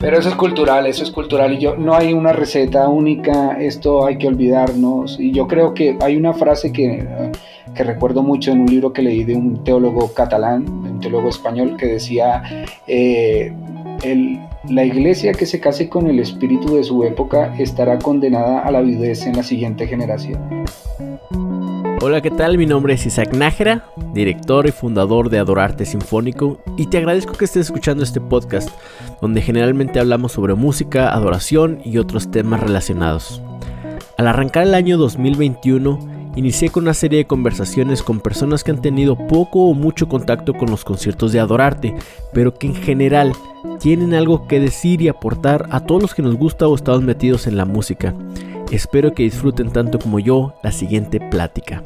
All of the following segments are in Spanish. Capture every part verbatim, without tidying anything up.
Pero eso es cultural, eso es cultural y yo no hay una receta única, esto hay que olvidarnos. Y yo creo que hay una frase que, que recuerdo mucho en un libro que leí de un teólogo catalán, un teólogo español, que decía, eh, el, la iglesia que se case con el espíritu de su época estará condenada a la viudez en la siguiente generación. Hola, ¿qué tal? Mi nombre es Isaac Nájera, director y fundador de Adorarte Sinfónico, y te agradezco que estés escuchando este podcast, donde generalmente hablamos sobre música, adoración y otros temas relacionados. Al arrancar el año dos mil veintiuno, inicié con una serie de conversaciones con personas que han tenido poco o mucho contacto con los conciertos de Adorarte, pero que en general tienen algo que decir y aportar a todos los que nos gusta o estamos metidos en la música. Espero que disfruten tanto como yo la siguiente plática.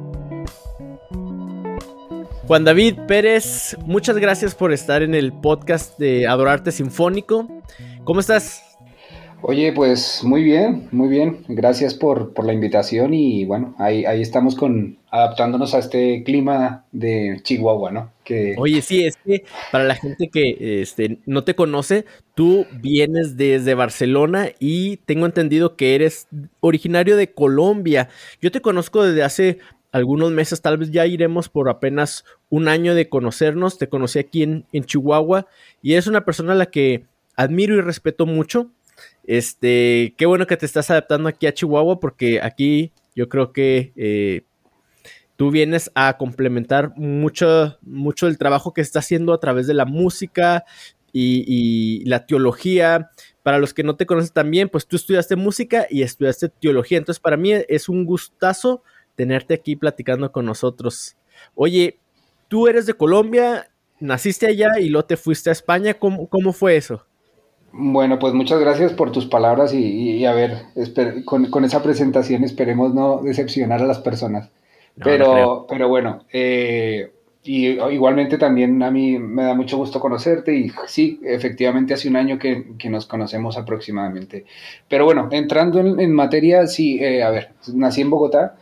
Juan David Pérez, muchas gracias por estar en el podcast de Adorarte Sinfónico. ¿Cómo estás? Oye, pues muy bien, muy bien. Gracias por, por la invitación y bueno, ahí, ahí estamos con adaptándonos a este clima de Chihuahua, ¿no? Que... Oye, sí, es que para la gente que este, no te conoce, tú vienes desde Barcelona y tengo entendido que eres originario de Colombia. Yo te conozco desde hace algunos meses, tal vez ya iremos por apenas un año de conocernos. Te conocí aquí en, en Chihuahua y eres una persona a la que admiro y respeto mucho. Este, qué bueno que te estás adaptando aquí a Chihuahua porque aquí yo creo que eh, tú vienes a complementar mucho, mucho del trabajo que está haciendo a través de la música y, y la teología. Para los que no te conocen también, pues tú estudiaste música y estudiaste teología. Entonces, para mí es un gustazo tenerte aquí platicando con nosotros. Oye, tú eres de Colombia, naciste allá y luego te fuiste a España. ¿Cómo, cómo fue eso? Bueno, pues muchas gracias por tus palabras y, y, y a ver, esper- con, con esa presentación esperemos no decepcionar a las personas. No, no creo. Pero, pero bueno, eh, y igualmente también a mí me da mucho gusto conocerte y sí, efectivamente hace un año que, que nos conocemos aproximadamente. Pero bueno, entrando en, en materia, sí, eh, a ver, nací en Bogotá.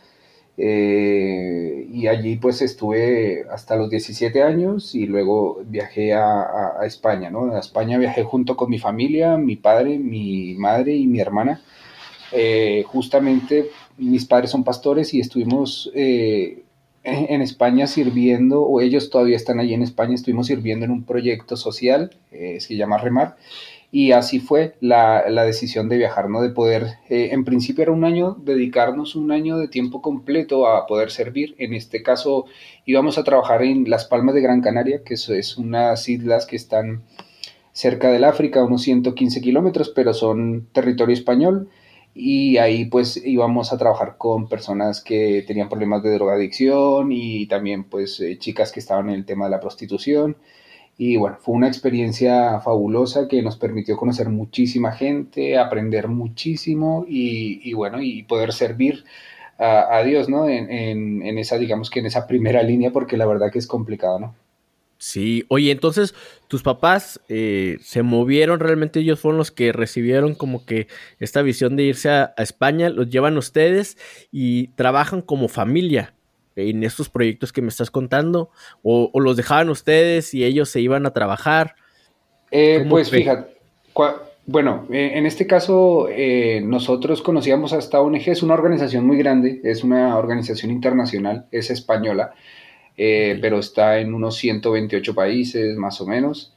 Eh, y allí pues estuve hasta los diecisiete años y luego viajé a, a, a España, ¿no? A España viajé junto con mi familia, mi padre, mi madre y mi hermana. Eh, justamente mis padres son pastores y estuvimos eh, en, en España sirviendo, o ellos todavía están allí en España, estuvimos sirviendo en un proyecto social, eh, se llama Remar, y así fue la, la decisión de viajar, ¿no? De poder, eh, en principio era un año, dedicarnos un año de tiempo completo a poder servir. En este caso íbamos a trabajar en Las Palmas de Gran Canaria, que eso es unas islas que están cerca del África, unos ciento quince kilómetros, pero son territorio español. Y ahí pues íbamos a trabajar con personas que tenían problemas de drogadicción y también pues eh, chicas que estaban en el tema de la prostitución. Y bueno, fue una experiencia fabulosa que nos permitió conocer muchísima gente, aprender muchísimo y, y bueno, y poder servir a, a Dios, ¿no? En, en, en, esa, digamos que en esa primera línea, porque la verdad que es complicado, ¿no? Sí, oye, entonces tus papás eh, se movieron, realmente ellos fueron los que recibieron como que esta visión de irse a, a España, los llevan ustedes y trabajan como familia en estos proyectos que me estás contando, o, o los dejaban ustedes y ellos se iban a trabajar. Eh, ¿Cómo pues fue? fíjate, cua- bueno, eh, en este caso eh, nosotros conocíamos a esta O N G, es una organización muy grande, es una organización internacional, es española, Ok. eh, pero está en unos ciento veintiocho países más o menos.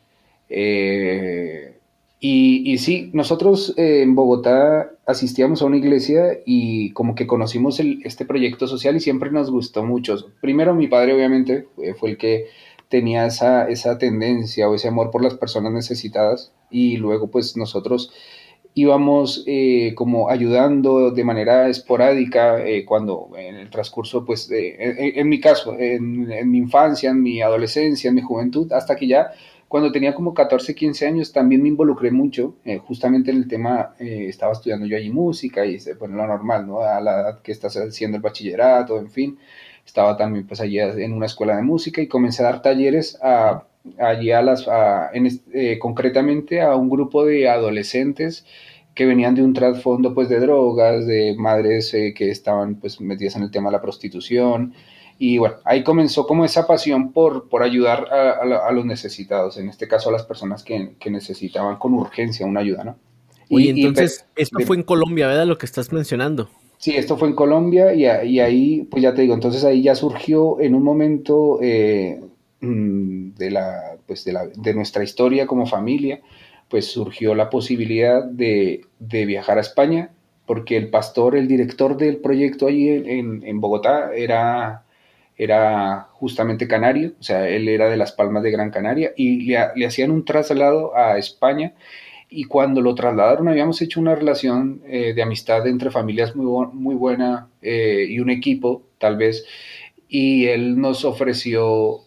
Eh, y, y sí, nosotros eh, en Bogotá asistíamos a una iglesia y como que conocimos el, este proyecto social y siempre nos gustó mucho. Primero mi padre obviamente fue, fue el que tenía esa, esa tendencia o ese amor por las personas necesitadas y luego pues nosotros íbamos eh, como ayudando de manera esporádica eh, cuando en el transcurso, pues eh, en, en, mi caso, en, en, mi infancia, en mi adolescencia, en mi juventud, hasta que ya cuando tenía como catorce, quince años también me involucré mucho, eh, justamente en el tema, eh, estaba estudiando yo allí música y bueno, lo normal, ¿no? A la edad que estás haciendo el bachillerato, en fin, estaba también pues allí en una escuela de música y comencé a dar talleres a allí a las, a, en, eh, concretamente a un grupo de adolescentes que venían de un trasfondo pues de drogas, de madres eh, que estaban pues metidas en el tema de la prostitución Y bueno, ahí comenzó como esa pasión por, por ayudar a, a, a los necesitados, en este caso a las personas que, que necesitaban con urgencia una ayuda, ¿no? Oye, Y, y entonces, esto fue en Colombia, ¿verdad? Lo que estás mencionando. sí, esto fue en Colombia y, y, ahí, pues ya te digo, entonces ahí ya surgió en un momento eh, de, la, pues de, la, de nuestra historia como familia, pues surgió la posibilidad de, de viajar a España, porque el pastor, el director del proyecto allí en, en Bogotá era, era justamente canario, o sea, él era de Las Palmas de Gran Canaria y le, le hacían un traslado a España y cuando lo trasladaron habíamos hecho una relación eh, de amistad entre familias muy, muy buena eh, y un equipo tal vez y él nos ofreció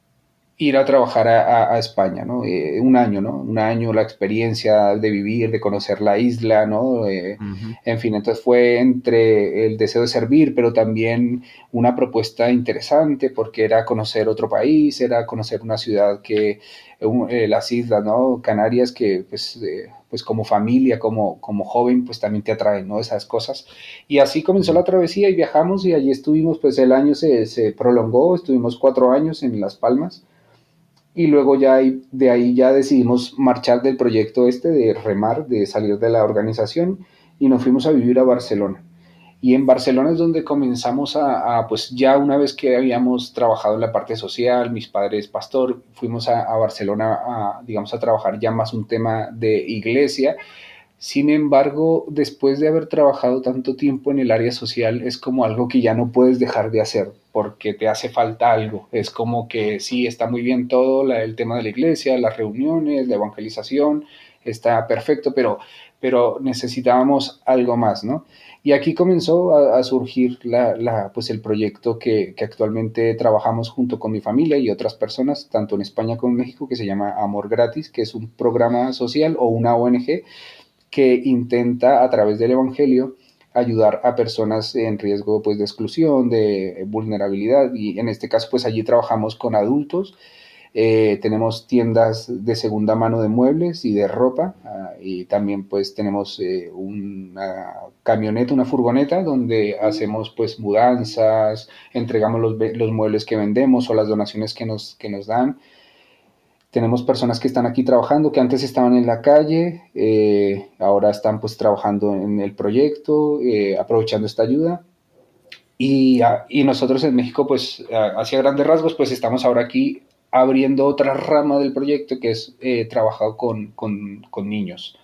ir a trabajar a, a, a España, ¿no? Eh, un año, ¿no? Un año, la experiencia de vivir, de conocer la isla, ¿no? Eh, Uh-huh. En fin, entonces fue entre el deseo de servir, pero también una propuesta interesante porque era conocer otro país, era conocer una ciudad que, eh, las islas, ¿no? Canarias, que pues, eh, pues como familia, como, como joven, pues también te atraen, ¿no? Esas cosas. Y así comenzó Uh-huh. la travesía y viajamos y allí estuvimos, pues el año se, se prolongó, estuvimos cuatro años en Las Palmas y luego ya de ahí ya decidimos marchar del proyecto este de remar, de salir de la organización y nos fuimos a vivir a Barcelona. Y en Barcelona es donde comenzamos a, a pues ya una vez que habíamos trabajado en la parte social, mis padres pastor, fuimos a, a Barcelona a, digamos, a trabajar ya más un tema de iglesia. Sin embargo, después de haber trabajado tanto tiempo en el área social, es como algo que ya no puedes dejar de hacer porque te hace falta algo. Es como que sí, está muy bien todo la, el tema de la iglesia, las reuniones, la evangelización, está perfecto, pero, pero necesitábamos algo más, ¿no? Y aquí comenzó a, a surgir la, la, pues el proyecto que, que actualmente trabajamos junto con mi familia y otras personas, tanto en España como en México, que se llama Amor Gratis, que es un programa social o una O N G que intenta a través del Evangelio ayudar a personas en riesgo pues, de exclusión, de vulnerabilidad y en este caso pues allí trabajamos con adultos, eh, tenemos tiendas de segunda mano de muebles y de ropa uh, y también pues tenemos eh, una camioneta, una furgoneta donde hacemos pues mudanzas, entregamos los, los muebles que vendemos o las donaciones que nos, que nos dan. Tenemos personas que están aquí trabajando, que antes estaban en la calle, eh, ahora están pues trabajando en el proyecto, eh, aprovechando esta ayuda. Y, y, nosotros en México, pues, hacia grandes rasgos, pues estamos ahora aquí abriendo otra rama del proyecto que es eh, trabajado con, con, con niños.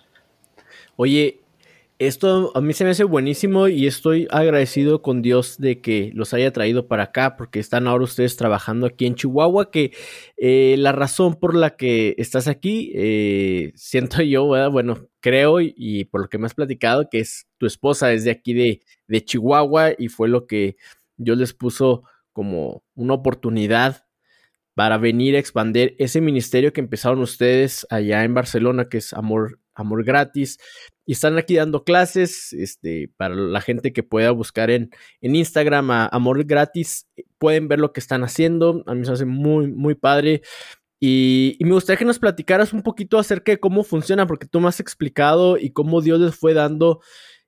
Oye, esto a mí se me hace buenísimo y estoy agradecido con Dios de que los haya traído para acá porque están ahora ustedes trabajando aquí en Chihuahua, que eh, la razón por la que estás aquí, eh, siento yo, ¿verdad? Bueno, creo y, y por lo que me has platicado que es tu esposa es de aquí de, de Chihuahua y fue lo que Dios les puso como una oportunidad para venir a expandir ese ministerio que empezaron ustedes allá en Barcelona, que es Amor, Amor Gratis. Y están aquí dando clases, este, para la gente que pueda buscar en, en Instagram a Amor Gratis, pueden ver lo que están haciendo. A mí se hace muy, muy padre. Y, y me gustaría que nos platicaras un poquito acerca de cómo funciona, porque tú me has explicado y cómo Dios les fue dando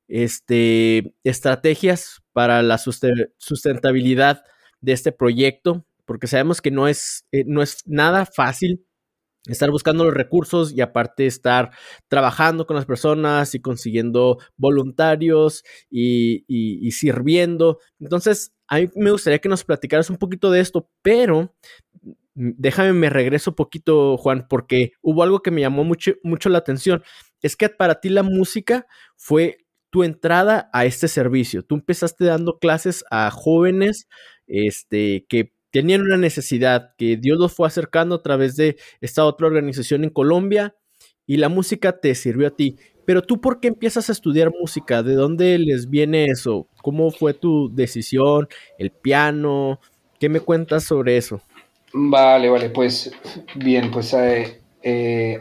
este, estrategias para la sustentabilidad de este proyecto, porque sabemos que no es, eh, no es nada fácil estar buscando los recursos y aparte estar trabajando con las personas y consiguiendo voluntarios y, y, y sirviendo. Entonces, a mí me gustaría que nos platicaras un poquito de esto, pero déjame me regreso un poquito, Juan, porque hubo algo que me llamó mucho, mucho la atención. Es que para ti la música fue tu entrada a este servicio. Tú empezaste dando clases a jóvenes este, que tenían una necesidad, que Dios los fue acercando a través de esta otra organización en Colombia y la música te sirvió a ti. Pero tú, ¿por qué empiezas a estudiar música? ¿De dónde les viene eso? ¿Cómo fue tu decisión? ¿El piano? ¿Qué me cuentas sobre eso? Vale, vale, pues bien, pues eh, eh,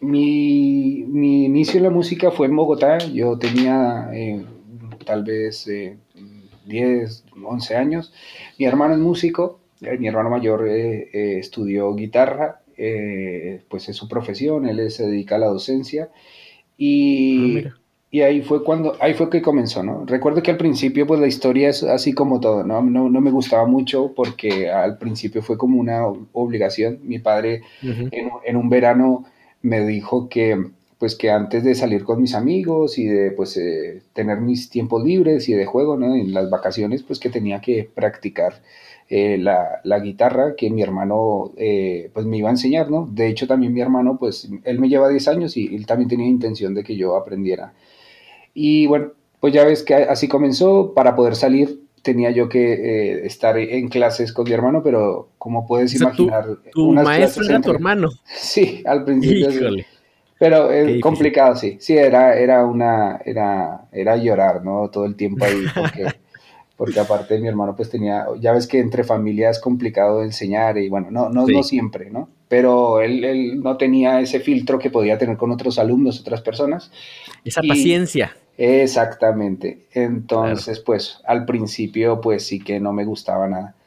mi, mi, inicio en la música fue en Bogotá, yo tenía eh, tal vez eh, diez, once años, mi hermano es músico, eh, mi hermano mayor eh, eh, estudió guitarra, eh, pues es su profesión, él se dedica a la docencia Ah, y, mira. y ahí fue cuando, ahí fue que comenzó, ¿no? Recuerdo que al principio, pues la historia es así como todo, ¿no? No, no me gustaba mucho porque al principio fue como una obligación. Mi padre Ujú. en, en un verano me dijo que, pues que antes de salir con mis amigos y de, pues, eh, tener mis tiempos libres y de juego, ¿no? En las vacaciones, pues que tenía que practicar eh, la, la, guitarra que mi hermano eh, pues me iba a enseñar, ¿no? De hecho también mi hermano pues él me lleva diez años y él también tenía intención de que yo aprendiera. Y bueno, pues ya ves que así comenzó. Para poder salir tenía yo que eh, estar en clases con mi hermano, pero como puedes O sea, tu, imaginar, tu unas maestro clases era tu entre... hermano. Sí, al principio sí. Híjole, Pero qué eh, difícil. complicado, sí. Sí, era, era una, era, era llorar, ¿no? Todo el tiempo ahí, porque, porque aparte mi hermano pues tenía, ya ves que entre familias es complicado enseñar y bueno, no, no, no Sí, siempre, ¿no? Pero él, él no tenía ese filtro que podía tener con otros alumnos, otras personas. esa Y paciencia. exactamente. Claro. Entonces, pues al principio pues sí que no me gustaba nada.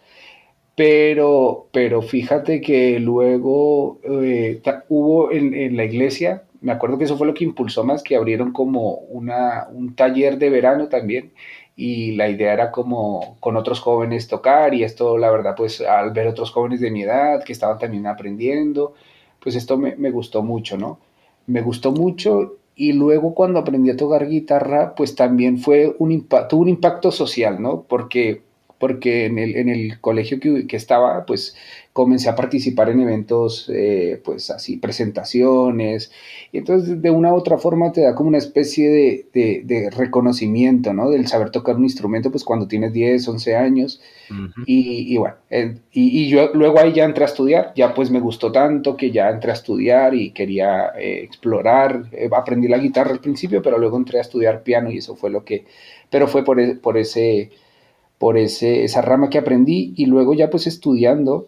Pero, pero fíjate que luego eh, ta- hubo en, en la iglesia, me acuerdo que eso fue lo que impulsó más, que abrieron como una, un taller de verano también y la idea era como con otros jóvenes tocar y esto la verdad pues al ver otros jóvenes de mi edad que estaban también aprendiendo, pues esto me, me gustó mucho, ¿no? Me gustó mucho y luego cuando aprendí a tocar guitarra pues también fue un impacto, tuvo un impacto social, ¿no? Porque porque en el, en el colegio que, que, estaba, pues comencé a participar en eventos, eh, pues así, presentaciones, y entonces de una u otra forma te da como una especie de, de, de reconocimiento, ¿no? Del saber tocar un instrumento, pues cuando tienes diez once años, Ujú. y, y bueno, eh, y, y, yo luego ahí ya entré a estudiar, ya pues me gustó tanto que ya entré a estudiar y quería eh, explorar, eh, aprendí la guitarra al principio, pero luego entré a estudiar piano y eso fue lo que, pero fue por, por ese por ese, esa rama que aprendí y luego ya pues estudiando,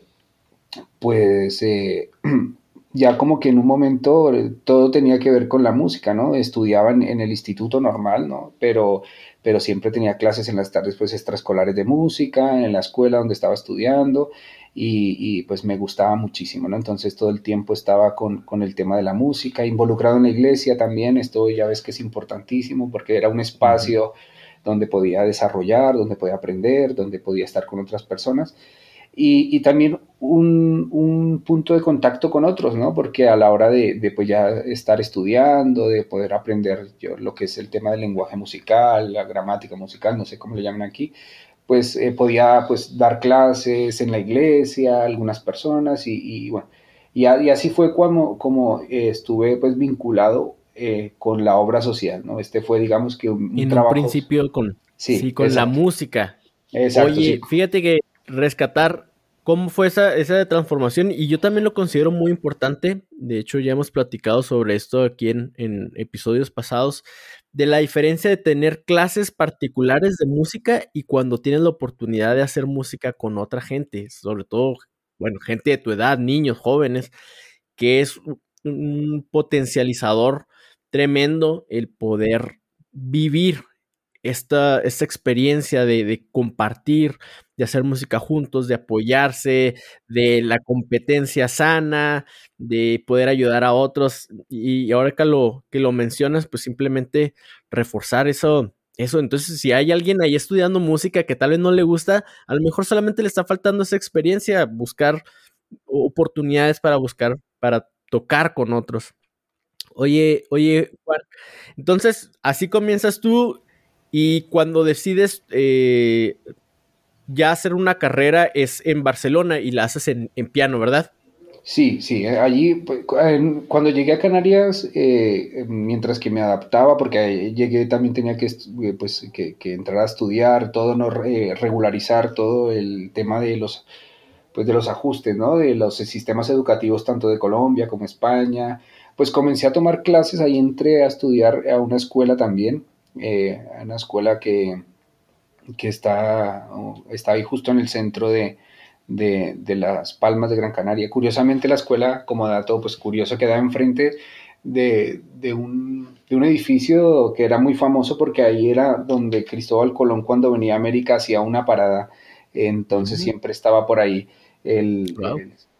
pues eh, ya como que en un momento eh, todo tenía que ver con la música, ¿no? Estudiaba en, en el instituto normal, ¿no? Pero, pero siempre tenía clases en las tardes pues extraescolares de música, en la escuela donde estaba estudiando y, y pues me gustaba muchísimo, ¿no? Entonces todo el tiempo estaba con, con el tema de la música, involucrado en la iglesia también, esto ya ves que es importantísimo porque era un Ujú. espacio donde podía desarrollar, donde podía aprender, donde podía estar con otras personas y, y también un, un, punto de contacto con otros, ¿no? Porque a la hora de, de pues ya estar estudiando, de poder aprender yo, lo que es el tema del lenguaje musical, la gramática musical, no sé cómo le llaman aquí, pues eh, podía pues dar clases en la iglesia a algunas personas y, y bueno, y, a, y, así fue como, como eh, estuve pues vinculado eh, con la obra social, ¿no? Este fue digamos que un, un En un trabajo, principio con, sí, sí, con la exacto, música. exacto, sí. Oye, fíjate que rescatar cómo fue esa, esa transformación, y yo también lo considero muy importante. De hecho, ya hemos platicado sobre esto aquí en, en episodios pasados, de la diferencia de tener clases particulares de música y cuando tienes la oportunidad de hacer música con otra gente, sobre todo, bueno, gente de tu edad, niños, jóvenes, que es un, un potencializador tremendo el poder vivir esta, esta experiencia de, de compartir, de hacer música juntos, de apoyarse, de la competencia sana, de poder ayudar a otros. Y ahora que lo, que lo mencionas, pues simplemente reforzar eso. Eso, entonces, si hay alguien ahí estudiando música que tal vez no le gusta, a lo mejor solamente le está faltando esa experiencia, buscar oportunidades para buscar, para tocar con otros. Oye, oye, Juan, entonces, así comienzas tú y cuando decides eh, ya hacer una carrera es en Barcelona y la haces en, en piano, ¿verdad? Sí, sí, eh, allí pues, cu- en- cuando llegué a Canarias, eh, eh, mientras que me adaptaba, porque ahí llegué también tenía que, estu- eh, pues, que, que entrar a estudiar, todo, no, Re- regularizar todo el tema de los, pues, de los ajustes, ¿no? De los sistemas educativos tanto de Colombia como España. Pues comencé a tomar clases, ahí entré a estudiar a una escuela también, eh, a una escuela que, que está, está ahí justo en el centro de, de, de, Las Palmas de Gran Canaria. Curiosamente la escuela, como dato pues curioso, queda enfrente de, de, un, de un edificio que era muy famoso porque ahí era donde Cristóbal Colón cuando venía a América hacía una parada, entonces Mm, siempre estaba por ahí el, wow. el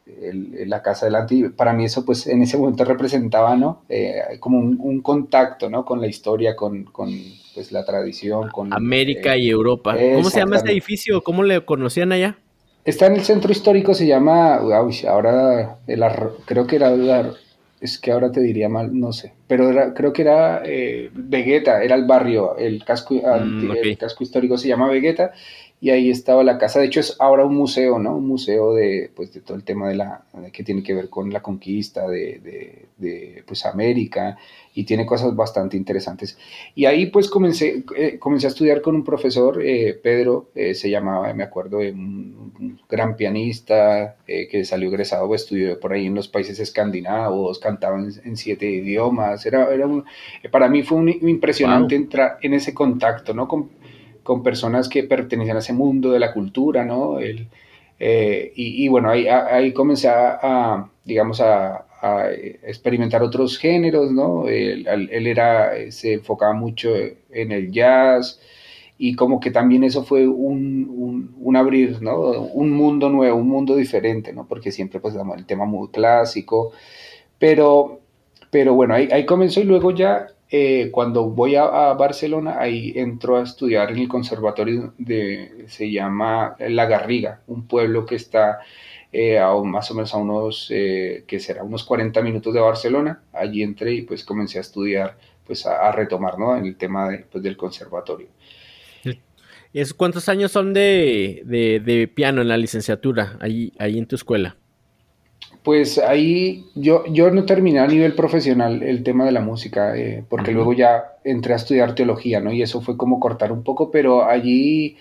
el, la casa delante, y para mí eso pues en ese momento representaba, ¿no? Eh, como un, un, contacto, ¿no? Con la historia, con, con pues la tradición, con... América Eh, y Europa. ¿Cómo se llama ese exactamente. edificio? ¿Cómo le conocían allá? Está en el centro histórico, se llama, uy, ahora el arro- creo que era, la- es que ahora te diría mal, no sé, pero era- creo que era eh, Vegeta, era el barrio, el casco, Mm, anti- ok. el casco histórico se llama Vegeta, y ahí estaba la casa. De hecho es ahora un museo, ¿no? Un museo de, pues, de todo el tema de la, de que tiene que ver con la conquista de, de, de, pues, América, y tiene cosas bastante interesantes. Y ahí pues comencé, eh, comencé a estudiar con un profesor, eh, Pedro, eh, se llamaba, me acuerdo, de un, un gran pianista eh, que salió egresado o estudió por ahí en los países escandinavos, cantaba en, en siete idiomas. Era, era un, eh, para mí fue un, impresionante Wow. entrar en ese contacto, ¿no? Con, con personas que pertenecían a ese mundo de la cultura, ¿no? El, eh, y, y, bueno, ahí, ahí comencé a, a digamos, a, a, experimentar otros géneros, ¿no? Él, él, era, se enfocaba mucho en el jazz, y como que también eso fue un, un, un abrir, ¿no? Un mundo nuevo, un mundo diferente, ¿no? Porque siempre pues el tema muy clásico, pero, pero bueno, ahí, ahí comenzó, y luego ya eh, cuando voy a, a, Barcelona, ahí entro a estudiar en el conservatorio de, se llama La Garriga, un pueblo que está eh, a, más o menos a unos, eh, que será unos cuarenta minutos de Barcelona. Allí entré y pues comencé a estudiar, pues a, a retomar, ¿no? En el tema de, pues, del conservatorio. ¿Es, ¿Cuántos años son de, de, de piano en la licenciatura, ahí, ahí en tu escuela? Pues ahí yo, yo no terminé a nivel profesional el tema de la música, eh, porque Ujú. luego ya entré a estudiar teología, ¿no? Y eso fue como cortar un poco, pero allí,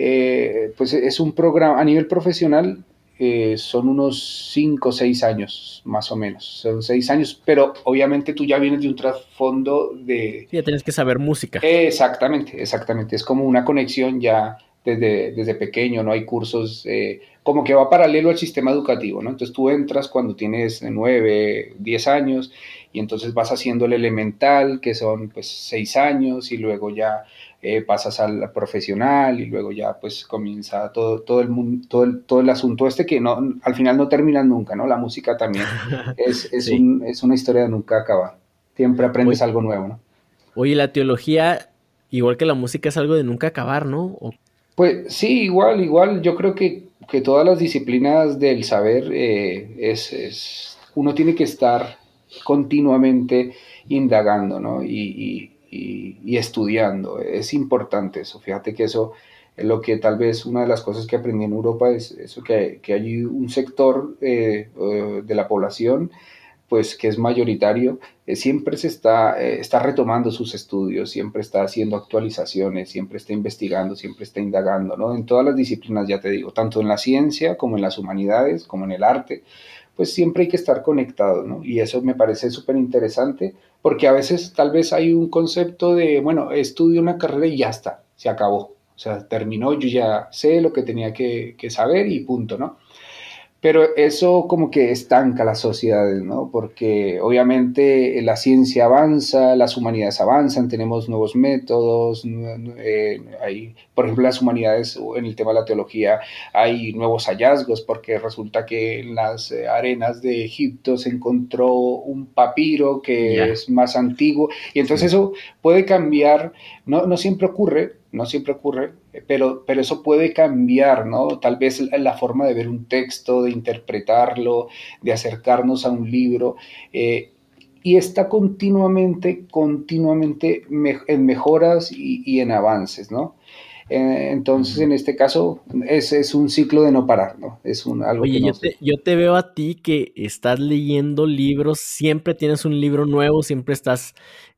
eh, pues es un programa, a nivel profesional, eh, son unos cinco o seis años, más o menos. Son seis años, pero obviamente tú ya vienes de un trasfondo de... Sí, ya tienes que saber música. Eh, exactamente, exactamente. Es como una conexión ya desde, desde pequeño, ¿no? Hay cursos, eh, como que va paralelo al sistema educativo, ¿no? Entonces tú entras cuando tienes nueve, diez años, y entonces vas haciendo el elemental, que son pues seis años, y luego ya eh, pasas al profesional, y luego ya pues comienza todo, todo, el, mundo, todo, el, todo el asunto este que no, al final no termina nunca, ¿no? La música también es, es, Sí. un, es una historia de nunca acabar. Siempre aprendes Oye, algo nuevo, ¿no? oye, la teología, igual que la música, es algo de nunca acabar, ¿no? O- Pues sí, igual, igual, yo creo que, que todas las disciplinas del saber eh, es, es, uno tiene que estar continuamente indagando, ¿no? Y, y, y, y estudiando. Es importante eso. Fíjate que eso es lo que tal vez una de las cosas que aprendí en Europa es eso, que, que hay un sector eh, eh, de la población pues que es mayoritario, eh, siempre se está, eh, está retomando sus estudios, siempre está haciendo actualizaciones, siempre está investigando, siempre está indagando, ¿no? En todas las disciplinas, ya te digo, tanto en la ciencia como en las humanidades, como en el arte, pues siempre hay que estar conectados, ¿no? Y eso me parece súper interesante, porque a veces tal vez hay un concepto de, bueno, estudio una carrera y ya está, se acabó. O sea, terminó, yo ya sé lo que tenía que, que saber y punto, ¿no? Pero eso como que estanca las sociedades, ¿no? Porque obviamente la ciencia avanza, las humanidades avanzan, tenemos nuevos métodos, eh, hay, por ejemplo, las humanidades, en el tema de la teología, hay nuevos hallazgos, porque resulta que en las arenas de Egipto se encontró un papiro que ya, es más antiguo, y entonces sí. eso puede cambiar, no, no siempre ocurre, no siempre ocurre, pero, pero eso puede cambiar, ¿no? Tal vez la, la forma de ver un texto, de interpretarlo, de acercarnos a un libro, eh, y está continuamente, continuamente me, en mejoras y, y, en avances, ¿no? Eh, entonces, Ujú. en este caso, es, es, un ciclo de no parar, ¿no? Es un, algo que Oye, no yo sé. te, yo te veo a ti que estás leyendo libros, siempre tienes un libro nuevo, siempre estás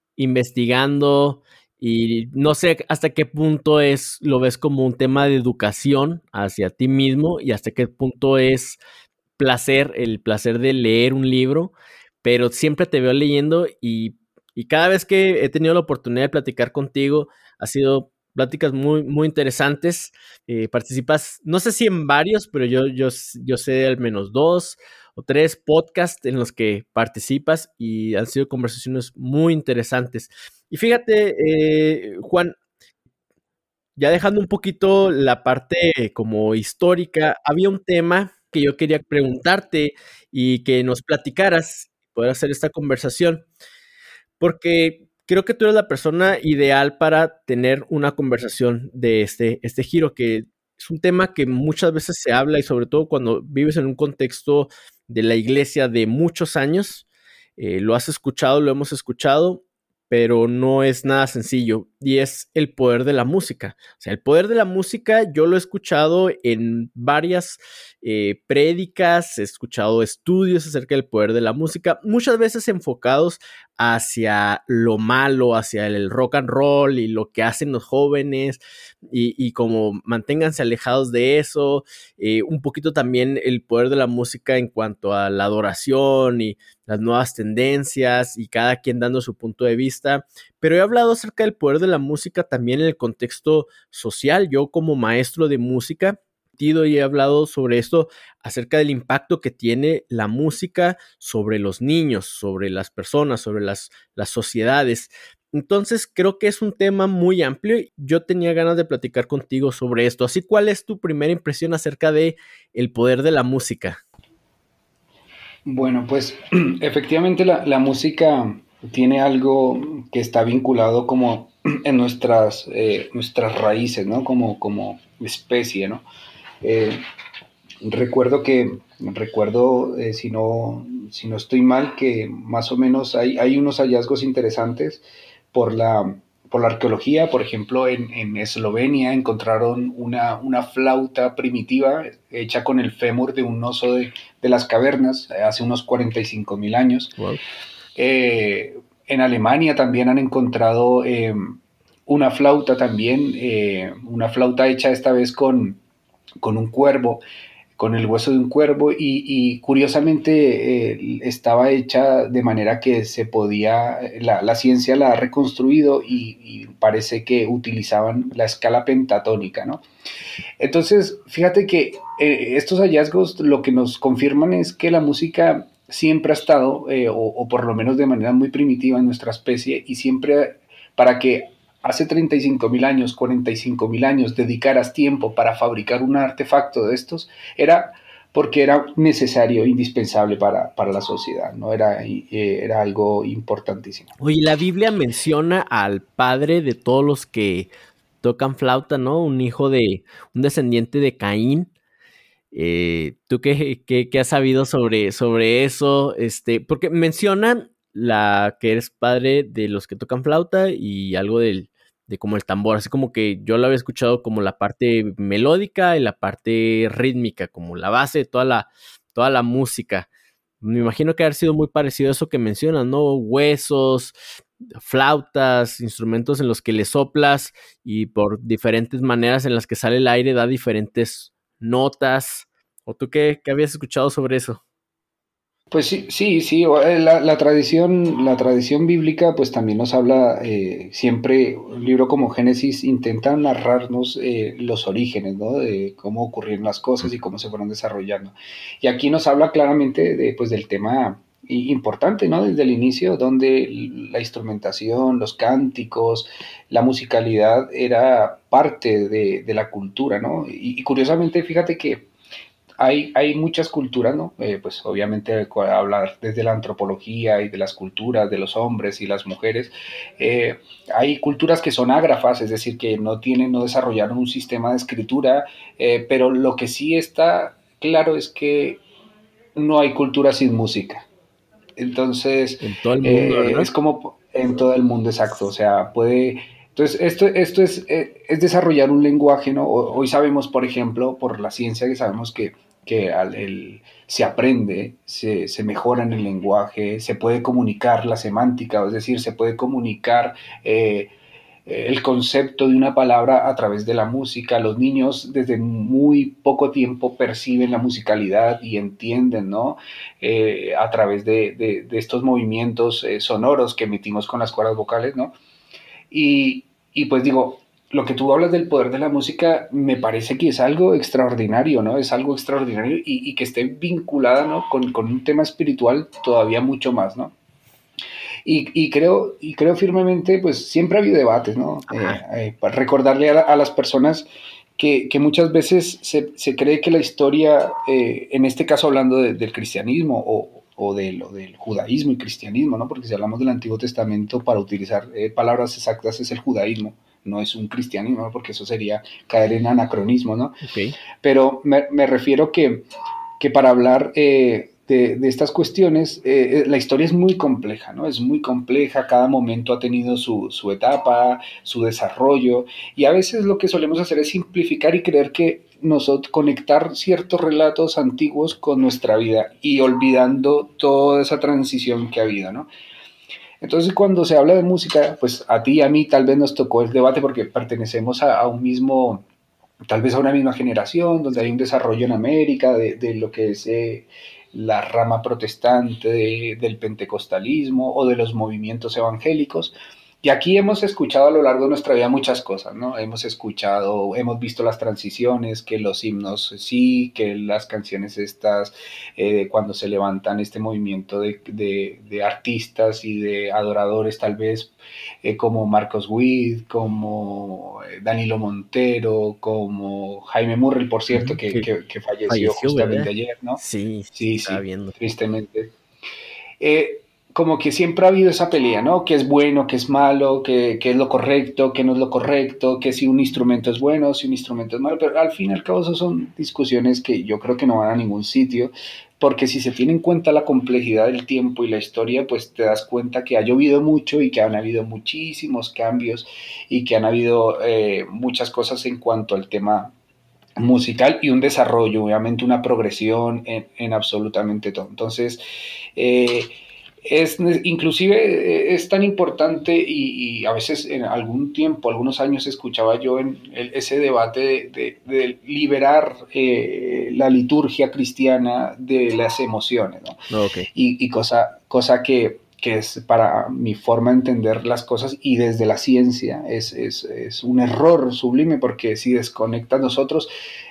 investigando y no sé hasta qué punto es, lo ves como un tema de educación hacia ti mismo y hasta qué punto es placer, el placer de leer un libro, pero siempre te veo leyendo y, y cada vez que he tenido la oportunidad de platicar contigo, ha sido pláticas muy, muy interesantes. Eh, participas, no sé si en varios, pero yo, yo, yo sé de al menos dos o tres podcasts en los que participas y han sido conversaciones muy interesantes. Y fíjate, eh, Juan, ya dejando un poquito la parte como histórica, había un tema que yo quería preguntarte y que nos platicaras, poder hacer esta conversación, porque creo que tú eres la persona ideal para tener una conversación de este, este giro, que es un tema que muchas veces se habla y sobre todo cuando vives en un contexto de la iglesia de muchos años, eh, lo has escuchado, lo hemos escuchado, pero no es nada sencillo y es el poder de la música. O sea, el poder de la música yo lo he escuchado en varias eh, prédicas, he escuchado estudios acerca del poder de la música, muchas veces enfocados hacia lo malo, hacia el rock and roll y lo que hacen los jóvenes y, y como manténganse alejados de eso, eh, un poquito también el poder de la música en cuanto a la adoración y las nuevas tendencias y cada quien dando su punto de vista, pero he hablado acerca del poder de la música también en el contexto social. Yo como maestro de música y he hablado sobre esto, acerca del impacto que tiene la música sobre los niños, sobre las personas, sobre las, las sociedades. Entonces creo que es un tema muy amplio y yo tenía ganas de platicar contigo sobre esto. Así, ¿cuál es tu primera impresión acerca de el poder de la música? Bueno, pues efectivamente la, la música tiene algo que está vinculado como en nuestras, eh, nuestras raíces, ¿no? Como, como especie, ¿no? Eh, recuerdo que, recuerdo, eh, si, no, si no estoy mal, que más o menos hay, hay unos hallazgos interesantes por la, por la arqueología. Por ejemplo, en, en Eslovenia encontraron una, una flauta primitiva hecha con el fémur de un oso de, de las cavernas eh, hace unos cuarenta y cinco mil años. Wow. Eh, en Alemania también han encontrado eh, una flauta también, eh, una flauta hecha esta vez con, con un cuervo, con el hueso de un cuervo y, y curiosamente eh, estaba hecha de manera que se podía, la, la ciencia la ha reconstruido y, y parece que utilizaban la escala pentatónica, ¿no? Entonces, fíjate que eh, estos hallazgos lo que nos confirman es que la música siempre ha estado, eh, o, o por lo menos de manera muy primitiva en nuestra especie, y siempre para que hace treinta y cinco mil años, cuarenta y cinco mil años, dedicaras tiempo para fabricar un artefacto de estos, era porque era necesario, indispensable para, para la sociedad, ¿no? Era, eh, era algo importantísimo. Oye, la Biblia menciona al padre de todos los que tocan flauta, ¿no? Un hijo de, un descendiente de Caín. Eh, ¿tú qué, qué, qué has sabido sobre, sobre eso? Este, porque mencionan la que eres padre de los que tocan flauta y algo del, de como el tambor, así como que yo lo había escuchado como la parte melódica y la parte rítmica, como la base de toda la, toda la música. Me imagino que ha sido muy parecido a eso que mencionas, ¿no? Huesos, flautas, instrumentos en los que le soplas y por diferentes maneras en las que sale el aire da diferentes notas. ¿O tú qué, qué habías escuchado sobre eso? Pues sí, sí, sí, la, la tradición, la tradición bíblica pues también nos habla, eh, siempre, un libro como Génesis intenta narrarnos eh, los orígenes, ¿no? De cómo ocurrieron las cosas y cómo se fueron desarrollando. Y aquí nos habla claramente de, pues, del tema importante, ¿no? Desde el inicio, donde la instrumentación, los cánticos, la musicalidad era parte de, de la cultura, ¿no? Y, y curiosamente, fíjate que hay, hay muchas culturas, ¿no? Eh, pues obviamente hablar desde la antropología y de las culturas de los hombres y las mujeres. Eh, hay culturas que son ágrafas, es decir, que no tienen, no desarrollaron un sistema de escritura, eh, pero lo que sí está claro es que no hay cultura sin música. Entonces, en todo el mundo, eh, es como en todo el mundo, exacto. O sea, puede... Entonces, esto, esto es, es desarrollar un lenguaje, ¿no? Hoy sabemos, por ejemplo, por la ciencia, que sabemos que, que al, el, se aprende, se, se mejora en el lenguaje, se puede comunicar la semántica, es decir, se puede comunicar... Eh, el concepto de una palabra a través de la música. Los niños desde muy poco tiempo perciben la musicalidad y entienden, ¿no? Eh, a través de, de, de estos movimientos eh, sonoros que emitimos con las cuerdas vocales, ¿no? Y, y pues digo, lo que tú hablas del poder de la música me parece que es algo extraordinario, ¿no? Es algo extraordinario y, y que esté vinculada, ¿no? Con, con un tema espiritual todavía mucho más, ¿no? Y, y, creo, y creo firmemente, pues siempre ha habido debates, ¿no? Eh, eh, para recordarle a, a las personas que, que muchas veces se, se, cree que la historia, eh, en este caso hablando de, del cristianismo o, o, del, o del judaísmo y cristianismo, ¿no? Porque si hablamos del Antiguo Testamento, para utilizar eh, palabras exactas es el judaísmo, no es un cristianismo, ¿no? Porque eso sería caer en anacronismo, ¿no? Okay. Pero me, me refiero que, que para hablar eh, de, de estas cuestiones, eh, la historia es muy compleja, ¿no? Es muy compleja, cada momento ha tenido su, su etapa, su desarrollo, y a veces lo que solemos hacer es simplificar y creer que nosotros conectar ciertos relatos antiguos con nuestra vida y olvidando toda esa transición que ha habido, ¿no? Entonces, cuando se habla de música, pues a ti y a mí tal vez nos tocó el debate porque pertenecemos a, a un mismo, tal vez a una misma generación, donde hay un desarrollo en América de, de lo que es eh, la rama protestante de, del pentecostalismo o de los movimientos evangélicos. Y aquí hemos escuchado a lo largo de nuestra vida muchas cosas, ¿no? Hemos escuchado, hemos visto las transiciones, que los himnos sí, que las canciones estas, eh, cuando se levantan este movimiento de, de, de artistas y de adoradores tal vez, eh, como Marcos Witt, como Danilo Montero, como Jaime Murray, por cierto, que, que, que falleció, falleció justamente ¿verdad? Ayer, ¿no? Sí, sí, sí, viendo. Tristemente. Eh, como que siempre ha habido esa pelea, ¿no? ¿Qué es bueno, qué es malo, qué, qué es lo correcto, qué no es lo correcto, que si un instrumento es bueno, si un instrumento es malo, pero al fin y al cabo eso son discusiones que yo creo que no van a ningún sitio, porque si se tiene en cuenta la complejidad del tiempo y la historia, pues te das cuenta que ha llovido mucho y que han habido muchísimos cambios y que han habido eh, muchas cosas en cuanto al tema musical y un desarrollo, obviamente una progresión en, en absolutamente todo. Entonces, eh, es inclusive es tan importante y, y, a veces en algún tiempo, algunos años escuchaba yo en el, ese debate de, de, de liberar eh, la liturgia cristiana de las emociones, ¿no? Okay. Y, y cosa, cosa que, que es para mi forma de entender las cosas y desde la ciencia es, es, es un error sublime, porque si desconecta nosotros,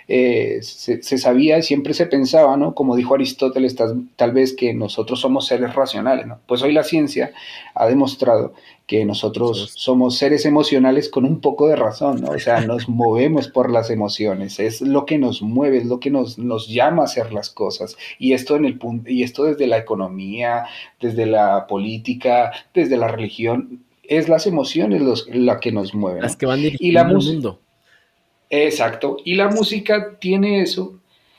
eh, se, se sabía, siempre se pensaba, ¿no? Como dijo Aristóteles, tal, tal vez que nosotros somos seres racionales, ¿no? Pues hoy la ciencia ha demostrado que nosotros somos seres emocionales con un poco de razón, ¿no? O sea, nos movemos por las emociones, es lo que nos mueve, es lo que nos, nos llama a hacer las cosas. Y esto, en el punto, y esto desde la economía, desde la política, desde la religión, es las emociones los, la que nos mueven, ¿no? Las que van dirigiendo y la el mundo. Exacto, y la música tiene eso,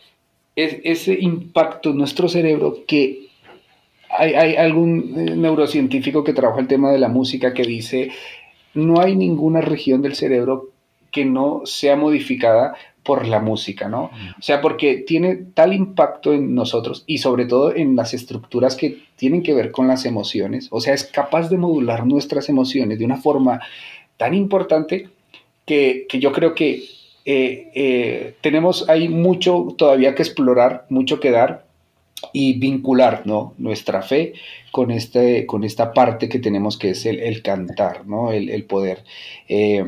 es, ese impacto en nuestro cerebro que hay, hay algún neurocientífico que trabaja el tema de la música que dice no hay ninguna región del cerebro que no sea modificada por la música, ¿no? O sea, porque tiene tal impacto en nosotros y sobre todo en las estructuras que tienen que ver con las emociones, o sea, es capaz de modular nuestras emociones de una forma tan importante que, que yo creo que eh, eh, tenemos, hay mucho todavía que explorar, mucho que dar y vincular, ¿no? Nuestra fe con, este, con esta parte que tenemos que es el, el cantar, ¿no? El, el poder eh,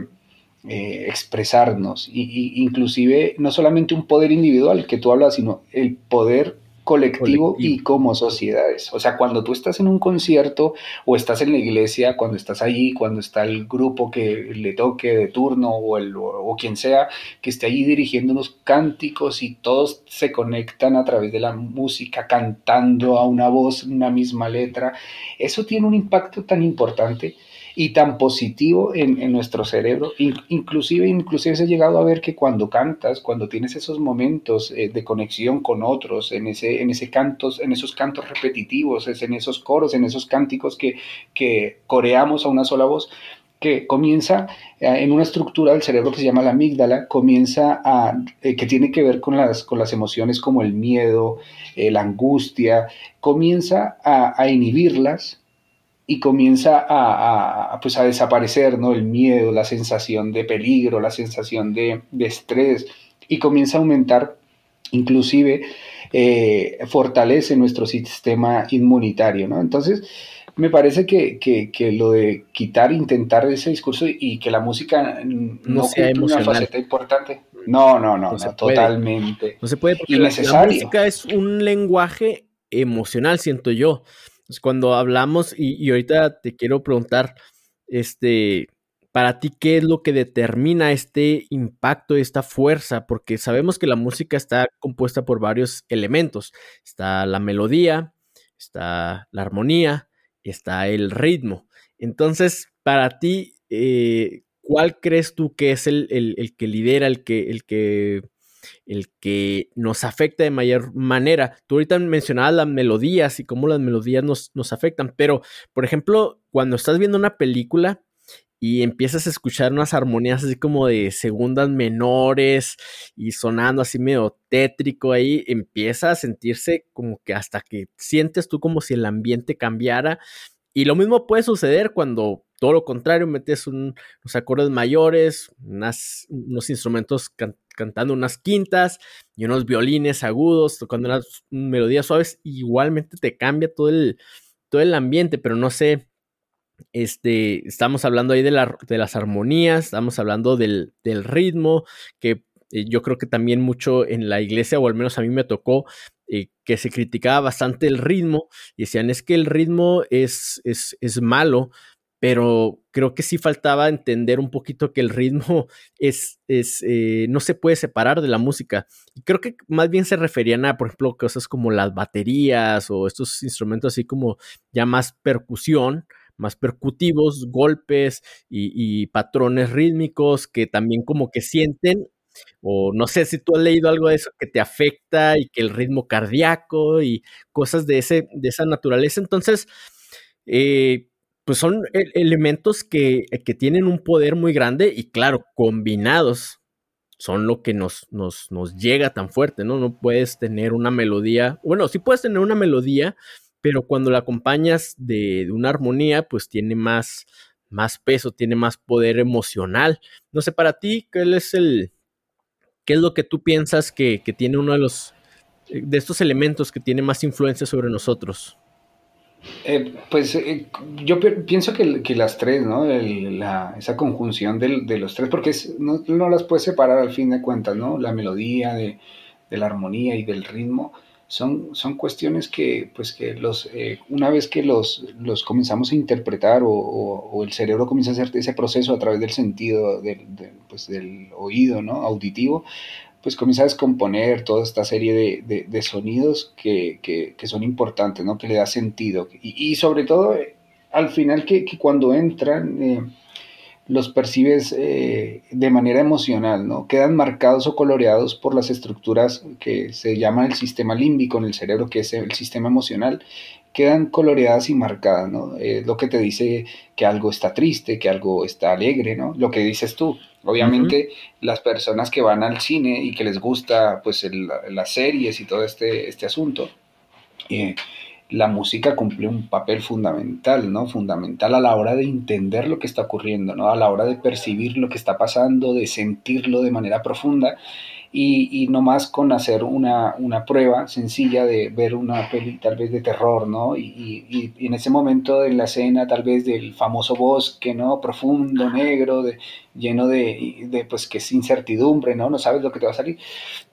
eh, expresarnos, y, y inclusive no solamente un poder individual que tú hablas, sino el poder colectivo, colectivo y como sociedades. O sea, cuando tú estás en un concierto o estás en la iglesia, cuando estás allí, cuando está el grupo que le toque de turno o, el, o, o quien sea que esté allí dirigiendo unos cánticos y todos se conectan a través de la música, cantando a una voz, una misma letra, eso tiene un impacto tan importante y tan positivo en, en nuestro cerebro. Inclusive, inclusive se ha llegado a ver que cuando cantas, cuando tienes esos momentos eh, de conexión con otros, en, ese, en, ese cantos, en esos cantos repetitivos, es en esos coros, en esos cánticos que, que coreamos a una sola voz, que comienza eh, en una estructura del cerebro que se llama la amígdala, comienza a, eh, que tiene que ver con las, con las emociones como el miedo, eh, la angustia, comienza a, a inhibirlas y comienza a, a, pues a desaparecer, ¿no? El miedo, la sensación de peligro, la sensación de, de estrés, y comienza a aumentar, inclusive eh, fortalece nuestro sistema inmunitario, ¿no? Entonces, me parece que, que, que lo de quitar, intentar ese discurso y que la música no, no sea cumple emocional. Una faceta importante. No, no, no, no, no totalmente. No se puede, porque la, la música es un lenguaje emocional, siento yo. Cuando hablamos, y, y ahorita te quiero preguntar, este, para ti, ¿qué es lo que determina este impacto, esta fuerza? Porque sabemos que la música está compuesta por varios elementos. Está la melodía, está la armonía, está el ritmo. Entonces, para ti, eh, ¿cuál crees tú que es el, el, el que lidera, el que, el que el que nos afecta de mayor manera? Tú ahorita mencionabas las melodías y cómo las melodías nos, nos afectan, pero, por ejemplo, cuando estás viendo una película y empiezas a escuchar unas armonías así como de segundas menores y sonando así medio tétrico ahí, empieza a sentirse como que hasta que sientes tú como si el ambiente cambiara. Y lo mismo puede suceder cuando todo lo contrario, metes un, unos acordes mayores, unas, unos instrumentos can, cantando unas quintas y unos violines agudos, tocando unas melodías suaves, igualmente te cambia todo el, todo el ambiente, pero no sé, este, estamos hablando ahí de, la, de las armonías, estamos hablando del, del ritmo, que eh, yo creo que también mucho en la iglesia, o al menos a mí me tocó, eh, que se criticaba bastante el ritmo, y decían, es que el ritmo es, es, es malo, pero creo que sí faltaba entender un poquito que el ritmo es, es eh, no se puede separar de la música. Y creo que más bien se referían a, por ejemplo, cosas como las baterías o estos instrumentos así como ya más percusión, más percutivos, golpes y, y patrones rítmicos que también como que sienten, o no sé si tú has leído algo de eso que te afecta y que el ritmo cardíaco y cosas de, ese, de esa naturaleza. Entonces, eh, pues son e- elementos que, que tienen un poder muy grande y claro, combinados son lo que nos, nos, nos llega tan fuerte, ¿no? No puedes tener una melodía, bueno, sí puedes tener una melodía, pero cuando la acompañas de, de una armonía, pues tiene más, más peso, tiene más poder emocional. No sé, para ti, ¿qué es el, qué es lo que tú piensas que, que tiene uno de los, eh, de estos elementos que tiene más influencia sobre nosotros? Eh, pues eh, yo pi- pienso que, que las tres, ¿no? El- la- esa conjunción del- de los tres, porque es- no, no las puedes separar al fin de cuentas, ¿no? La melodía de, de la armonía y del ritmo son, son cuestiones que, pues que los, eh, una vez que los, los comenzamos a interpretar o, o- o el cerebro comienza a hacer ese proceso a través del sentido, del, del, pues, del oído, ¿no? Auditivo, pues comienza a descomponer toda esta serie de, de, de sonidos que, que, que, son importantes, ¿no? Que le da sentido. Y, y sobre todo, eh, al final, que, que cuando entran, eh, los percibes eh, de manera emocional, ¿no? Quedan marcados o coloreados por las estructuras que se llaman el sistema límbico en el cerebro, que es el sistema emocional, quedan coloreadas y marcadas, ¿no? Es lo que te dice que algo está triste, que algo está alegre, ¿no? Lo que dices tú. Ujú. Obviamente, las personas que van al cine y que les gusta, pues, el, las series y todo este, este asunto, eh, la música cumple un papel fundamental, ¿no? Fundamental a la hora de entender lo que está ocurriendo, ¿no? A la hora de percibir lo que está pasando, de sentirlo de manera profunda y, y no más con hacer una, una prueba sencilla de ver una peli tal vez de terror, ¿no? Y, y, y en ese momento en la escena tal vez del famoso bosque, ¿no? Profundo, negro, de, lleno de, de, pues que es incertidumbre, ¿no? No sabes lo que te va a salir.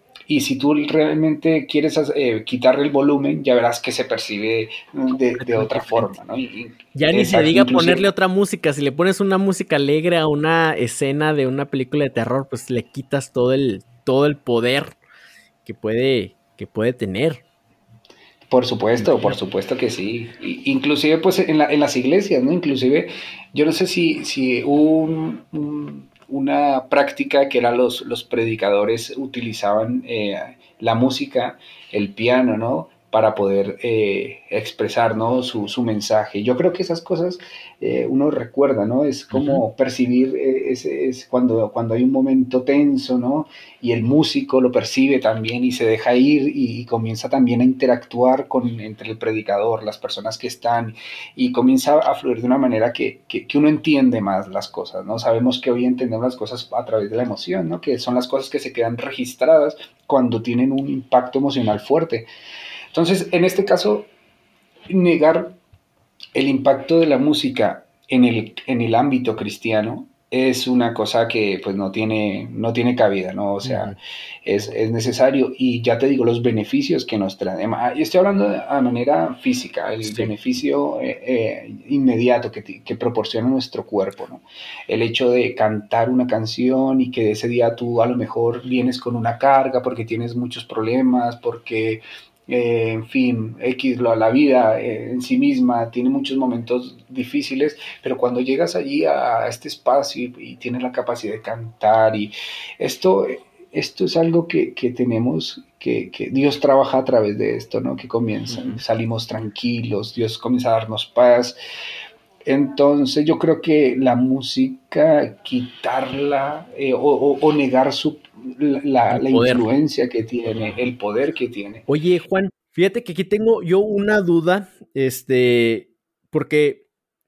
Y si tú realmente quieres eh, quitarle el volumen, ya verás que se percibe de, de Completamente otra diferente. forma, ¿no? Y, Ya ni se exacto, diga inclusive. ponerle otra música. Si le pones una música alegre a una escena de una película de terror, pues le quitas todo el, todo el poder que puede, que puede tener. Por supuesto, por Imagínate. supuesto que sí. Y, inclusive, pues en, la, en, las iglesias, ¿no? Inclusive, yo no sé si, si un, un, una práctica que era los, los predicadores utilizaban eh, la música, el piano, ¿no? Para poder eh, expresar, ¿no? Su, su, mensaje. Yo creo que esas cosas eh, uno recuerda, ¿no? Es Ujú. como percibir, eh, es, es cuando, cuando hay un momento tenso, ¿no? Y el músico lo percibe también y se deja ir y, y comienza también a interactuar con, entre el predicador, las personas que están, y comienza a fluir de una manera que, que, que uno entiende más las cosas, ¿no? Sabemos que hoy entendemos las cosas a través de la emoción, ¿no? Que son las cosas que se quedan registradas cuando tienen un impacto emocional fuerte. Entonces, en este caso, negar el impacto de la música en el, en el ámbito cristiano es una cosa que pues no tiene, no tiene cabida, ¿no? O sea, Ujú. es, es necesario y ya te digo, los beneficios que nos traen. Ah, y estoy hablando de, a manera física, el Sí. beneficio eh, eh, inmediato que, que proporciona nuestro cuerpo, ¿no? El hecho de cantar una canción y que ese día tú a lo mejor vienes con una carga porque tienes muchos problemas, porque eh, en fin, X, lo, la vida eh, en sí misma tiene muchos momentos difíciles, pero cuando llegas allí a, a este espacio y, y, tienes la capacidad de cantar y esto, esto es algo que, que tenemos, que, que, Dios trabaja a través de esto, ¿no? Que comienzan, Ujú. salimos tranquilos, Dios comienza a darnos paz. Entonces yo creo que la música, quitarla eh, o, o, o, negar su, la, El la poder. influencia que tiene, el poder que tiene. Oye, Juan, fíjate que aquí tengo yo una duda, este, porque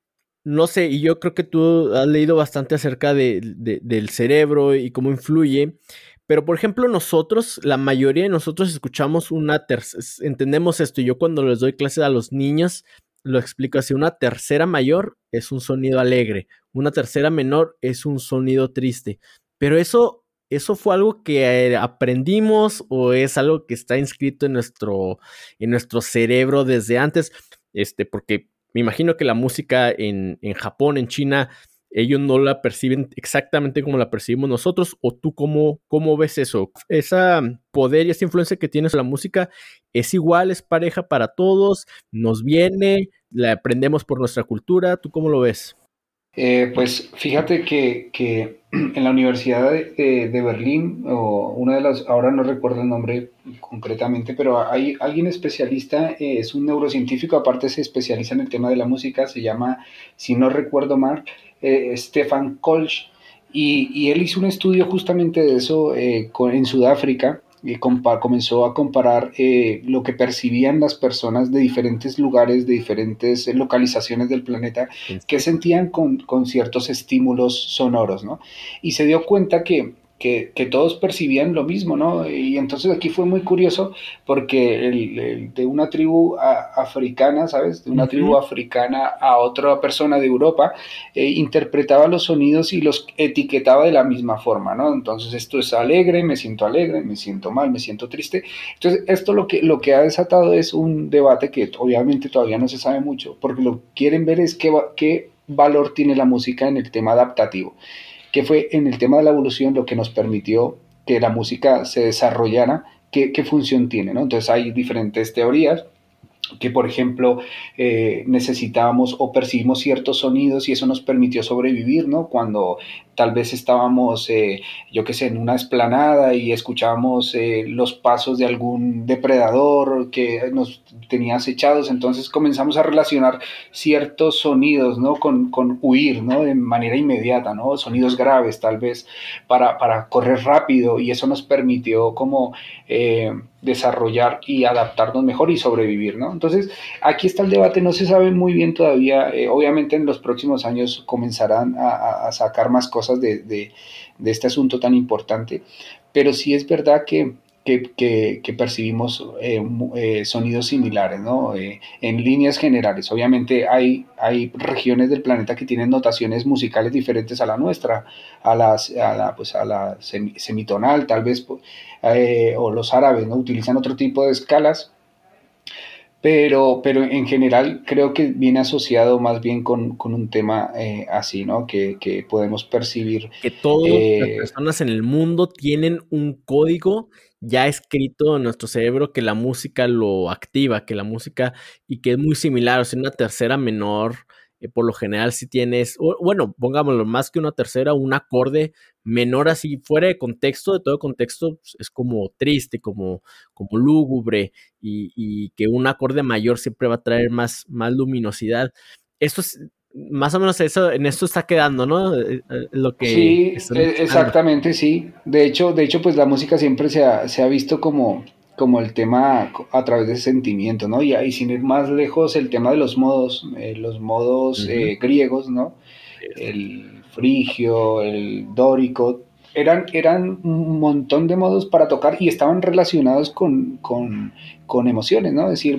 no sé, y yo creo que tú has leído bastante acerca de, de, del cerebro y cómo influye, pero por ejemplo nosotros, la mayoría de nosotros escuchamos una tercera, entendemos esto, y yo cuando les doy clases a los niños, lo explico así, una tercera mayor es un sonido alegre, una tercera menor es un sonido triste, pero eso, eso fue algo que eh, aprendimos o es algo que está inscrito en nuestro, en nuestro cerebro desde antes, este, porque me imagino que la música en, en Japón, en China, ellos no la perciben exactamente como la percibimos nosotros, o tú cómo, cómo ves eso. Esa poder y esa influencia que tiene la música es igual, es pareja para todos, nos viene, la aprendemos por nuestra cultura, ¿tú cómo lo ves? Eh, pues fíjate que, que, en la Universidad de, de, de, Berlín, o una de las, ahora no recuerdo el nombre concretamente, pero hay alguien especialista, eh, es un neurocientífico, aparte se especializa en el tema de la música, se llama, si no recuerdo mal, eh, Stefan Kolsch, y, y, él hizo un estudio justamente de eso eh, con, en Sudáfrica, y compa comenzó a comparar eh, lo que percibían las personas de diferentes lugares, de diferentes localizaciones del planeta, que sentían con, con ciertos estímulos sonoros, ¿no? Y se dio cuenta que, que, que, todos percibían lo mismo, ¿no? Y entonces aquí fue muy curioso porque el, el, de una tribu a, africana, ¿sabes? De una tribu Uh-huh. africana a otra persona de Europa, eh, interpretaba los sonidos y los etiquetaba de la misma forma, ¿no? Entonces esto es alegre, me siento alegre, me siento mal, me siento triste. Entonces esto lo que, lo que ha desatado es un debate que obviamente todavía no se sabe mucho, porque lo que quieren ver es qué, qué valor tiene la música en el tema adaptativo, que fue en el tema de la evolución lo que nos permitió que la música se desarrollara, qué, qué función tiene, ¿no? Entonces hay diferentes teorías, que por ejemplo eh, necesitábamos o percibimos ciertos sonidos y eso nos permitió sobrevivir, ¿no? Cuando tal vez estábamos, eh, yo qué sé, en una explanada y escuchábamos eh, los pasos de algún depredador que nos tenía acechados, entonces comenzamos a relacionar ciertos sonidos, ¿no? Con, con huir, ¿no? De manera inmediata, ¿no? Sonidos graves tal vez para, para correr rápido y eso nos permitió como eh, desarrollar y adaptarnos mejor y sobrevivir, ¿no? Entonces, aquí está el debate, no se sabe muy bien todavía, eh, obviamente en los próximos años comenzarán a, a sacar más cosas de, de, de, este asunto tan importante, pero sí es verdad que, que, que, que percibimos eh, eh, sonidos similares, ¿no? Eh, en líneas generales, obviamente hay, hay regiones del planeta que tienen notaciones musicales diferentes a la nuestra, a, las, a, la, pues a la semitonal, tal vez, eh, o los árabes, ¿no? Utilizan otro tipo de escalas, pero, pero en general creo que viene asociado más bien con, con un tema eh, así, ¿no? Que, que podemos percibir. Que todas las Eh, personas en el mundo tienen un código ya escrito en nuestro cerebro que la música lo activa, que la música, y que es muy similar, o sea, una tercera menor, eh, por lo general si tienes, o, bueno, pongámoslo, más que una tercera, un acorde menor así, fuera de contexto, de todo contexto, pues, es como triste, como, como lúgubre, y, y que un acorde mayor siempre va a traer más, más luminosidad. Esto es, más o menos eso, en esto está quedando, ¿no? Eh, eh, Lo que sí, están eh, mencionando. exactamente, sí. De hecho, de hecho, pues la música siempre se ha, se ha visto como, como el tema a través de sentimiento, ¿no? Y ahí sin ir más lejos, el tema de los modos, eh, los modos Ujú. eh, griegos, ¿no? El frigio, el dórico, eran, eran un montón de modos para tocar y estaban relacionados con, con, con emociones, ¿no? Es decir, bueno,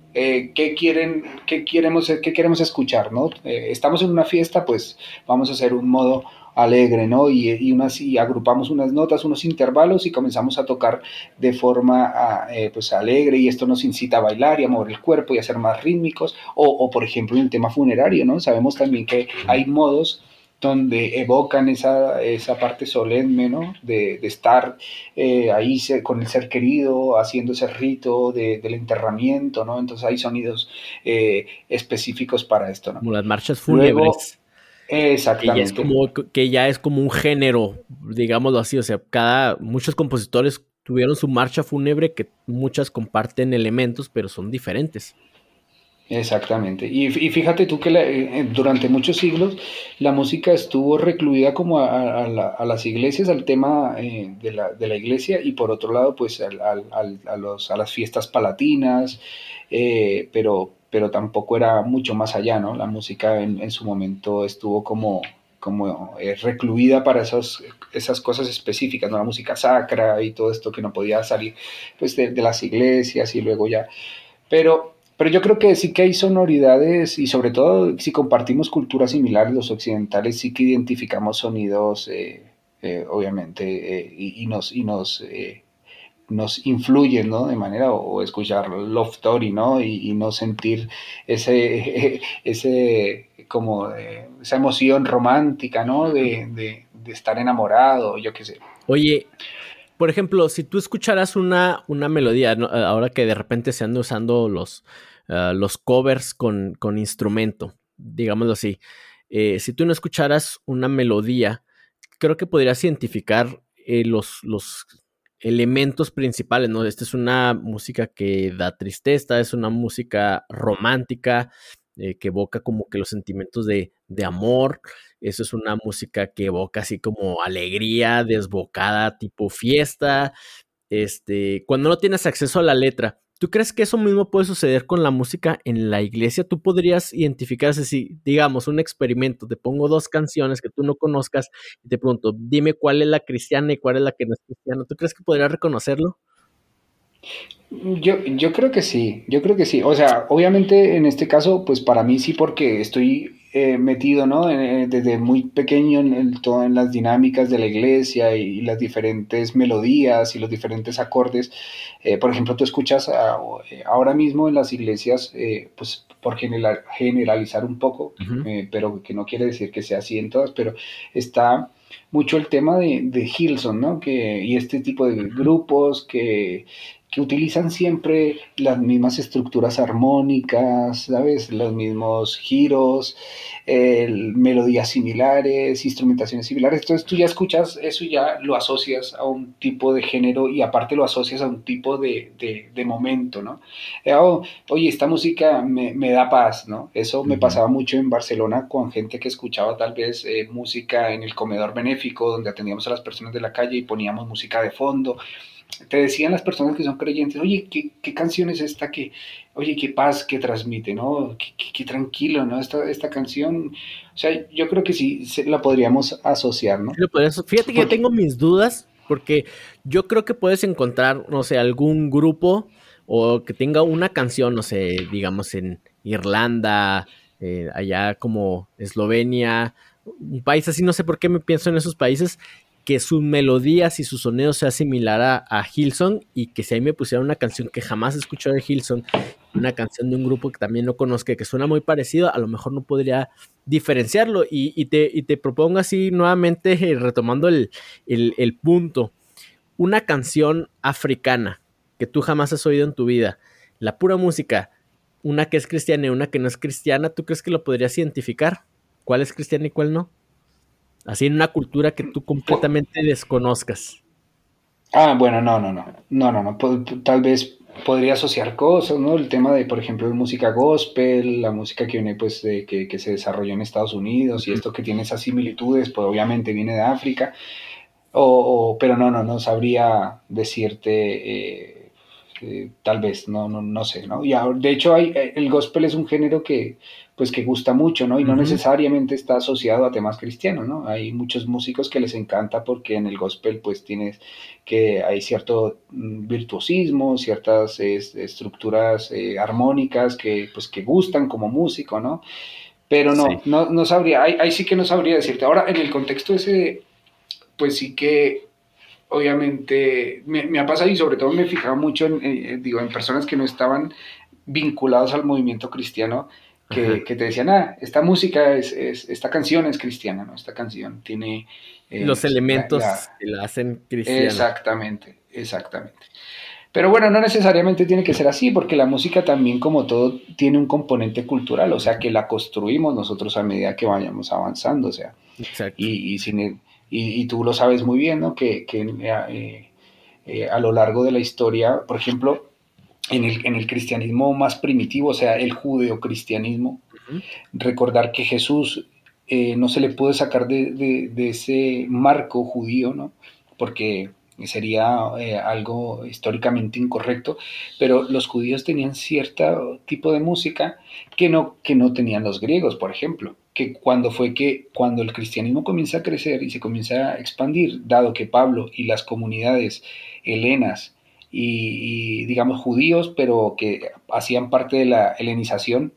eh, qué quieren, qué queremos, qué queremos escuchar, ¿no? Eh, estamos en una fiesta, pues vamos a hacer un modo alegre, ¿no? Y, y, unas, y agrupamos unas notas, unos intervalos y comenzamos a tocar de forma a, eh, pues alegre y esto nos incita a bailar y a mover el cuerpo y a ser más rítmicos. O, o por ejemplo, en el tema funerario, ¿no? Sabemos también que hay modos donde evocan esa, esa parte solemne, ¿no? De, de estar eh, ahí se, con el ser querido, haciendo ese rito de, del enterramiento, ¿no? Entonces hay sonidos eh, específicos para esto, ¿no? Como las marchas Luego, fúnebres. Que ya es exactamente, como, que ya es como un género, digámoslo así, o sea, cada, muchos compositores tuvieron su marcha fúnebre que muchas comparten elementos, pero son diferentes. exactamente. Y, y fíjate tú que la, eh, durante muchos siglos la música estuvo recluida como a, a, la, a las iglesias, al tema eh, de, la, de, la, iglesia, y por otro lado, pues al, al, a, los, a las fiestas palatinas, eh, pero, pero tampoco era mucho más allá, ¿no? La música en, en su momento estuvo como, como eh, recluida para esos, esas cosas específicas, ¿no? La música sacra y todo esto que no podía salir pues, de, de las iglesias y luego ya. Pero pero yo creo que sí que hay sonoridades y sobre todo si compartimos culturas similares, los occidentales sí que identificamos sonidos, eh, eh, obviamente, eh, y, y, nos, y nos, eh, nos influyen, ¿no? De manera, o, o escuchar Love Story, ¿no? Y, y no sentir ese, ese como eh, esa emoción romántica, ¿no? De, de, de estar enamorado, yo qué sé. Oye, por ejemplo, si tú escucharas una, una melodía, ¿no? Ahora que de repente se andan usando los, uh, los covers con, con instrumento, digámoslo así, eh, si tú no escucharas una melodía, creo que podrías identificar eh, los, los elementos principales, ¿no? Esta es una música que da tristeza, es una música romántica, eh, que evoca como que los sentimientos de, de amor. Eso es una música que evoca así como alegría, desbocada, tipo fiesta. Este, cuando no tienes acceso a la letra, ¿tú crees que eso mismo puede suceder con la música en la iglesia? ¿Tú podrías identificarse si, digamos, un experimento, te pongo dos canciones que tú no conozcas y te pregunto, dime cuál es la cristiana y cuál es la que no es cristiana? ¿Tú crees que podrías reconocerlo? Yo, yo creo que sí, yo creo que sí. O sea, obviamente en este caso, pues para mí sí, porque estoy eh, metido, ¿no? Eh, desde muy pequeño en, el- todo en las dinámicas de la iglesia y, las diferentes melodías y los diferentes acordes. Eh, por ejemplo, tú escuchas a- eh, ahora mismo en las iglesias, eh, pues por general- generalizar un poco, Ujú. eh, pero que no quiere decir que sea así en todas, pero está mucho el tema de, de Hillsong, ¿no? Que, y este tipo de grupos que que utilizan siempre las mismas estructuras armónicas, ¿sabes? Los mismos giros, eh, melodías similares, instrumentaciones similares. Entonces tú ya escuchas eso y ya lo asocias a un tipo de género y aparte lo asocias a un tipo de, de, de momento, ¿no? Eh, oh, oye, esta música me, me, da paz, ¿no? Eso me Ujú. pasaba mucho en Barcelona con gente que escuchaba tal vez eh, música en el comedor benéfico donde atendíamos a las personas de la calle y poníamos música de fondo. Te decían las personas que son creyentes, oye, ¿qué, qué canción es esta que, oye, qué paz que transmite, ¿no? Qué, qué, qué tranquilo, ¿no? Esta, esta canción, o sea, yo creo que sí se la podríamos asociar, ¿no? Sí, por eso- Fíjate que yo Porque, tengo mis dudas, porque yo creo que puedes encontrar, no sé, algún grupo o que tenga una canción, no sé, digamos en Irlanda, eh, allá como Eslovenia, un país así, no sé por qué me pienso en esos países, que sus melodías y su sonido sea similar a, a Hillsong y que si ahí me pusiera una canción que jamás he escuchado de Hillsong, una canción de un grupo que también no conozca, que suena muy parecido, a lo mejor no podría diferenciarlo y, y, te, y te propongo así nuevamente, eh, retomando el, el, el punto, una canción africana que tú jamás has oído en tu vida, la pura música, una que es cristiana y una que no es cristiana, ¿tú crees que lo podrías identificar? ¿Cuál es cristiana y cuál no? Así en una cultura que tú po- completamente desconozcas. ah, bueno, no, no, no, no, no, no, po- tal vez podría asociar cosas, ¿no? El tema de, por ejemplo, la música gospel, la música que viene, pues, de, que, que se desarrolló en Estados Unidos y Ujú. esto que tiene esas similitudes, pues obviamente viene de África. O, o, pero no, no, no sabría decirte, eh, eh, tal vez, no, no, no sé, ¿no? Y ahora, de hecho, hay, eh, el gospel es un género que, pues que gusta mucho, ¿no? Y no Ujú. necesariamente está asociado a temas cristianos, ¿no? Hay muchos músicos que les encanta porque en el gospel pues tienes que hay cierto mm, virtuosismo, ciertas es, estructuras eh, armónicas que pues que gustan como músico, ¿no? Pero Sí. no, no, no sabría, ahí, ahí sí que no sabría decirte. Ahora, en el contexto ese, pues sí que obviamente me, me ha pasado y sobre todo me fijaba mucho en, en, digo, en personas que no estaban vinculados al movimiento cristiano, que, Ajá. que te decían, ah, esta música es, es, esta canción es cristiana, ¿no? Esta canción tiene eh, Los la, elementos la, que la hacen cristiana. exactamente, exactamente. Pero bueno, no necesariamente tiene que ser así, porque la música también, como todo, tiene un componente cultural, o sea, que la construimos nosotros a medida que vayamos avanzando, o sea, Exacto. y, y, sin el- y, y tú lo sabes muy bien, ¿no? Que, que eh, eh, a lo largo de la historia, por ejemplo, en el, en el cristianismo más primitivo, o sea, el judeocristianismo, Ujú. recordar que Jesús eh, no se le pudo sacar de, de, de, ese marco judío, ¿no? Porque sería eh, algo históricamente incorrecto, pero los judíos tenían cierto tipo de música que no, que no tenían los griegos, por ejemplo, que cuando fue que cuando el cristianismo comienza a crecer y se comienza a expandir, dado que Pablo y las comunidades helenas y, y digamos judíos, pero que hacían parte de la helenización,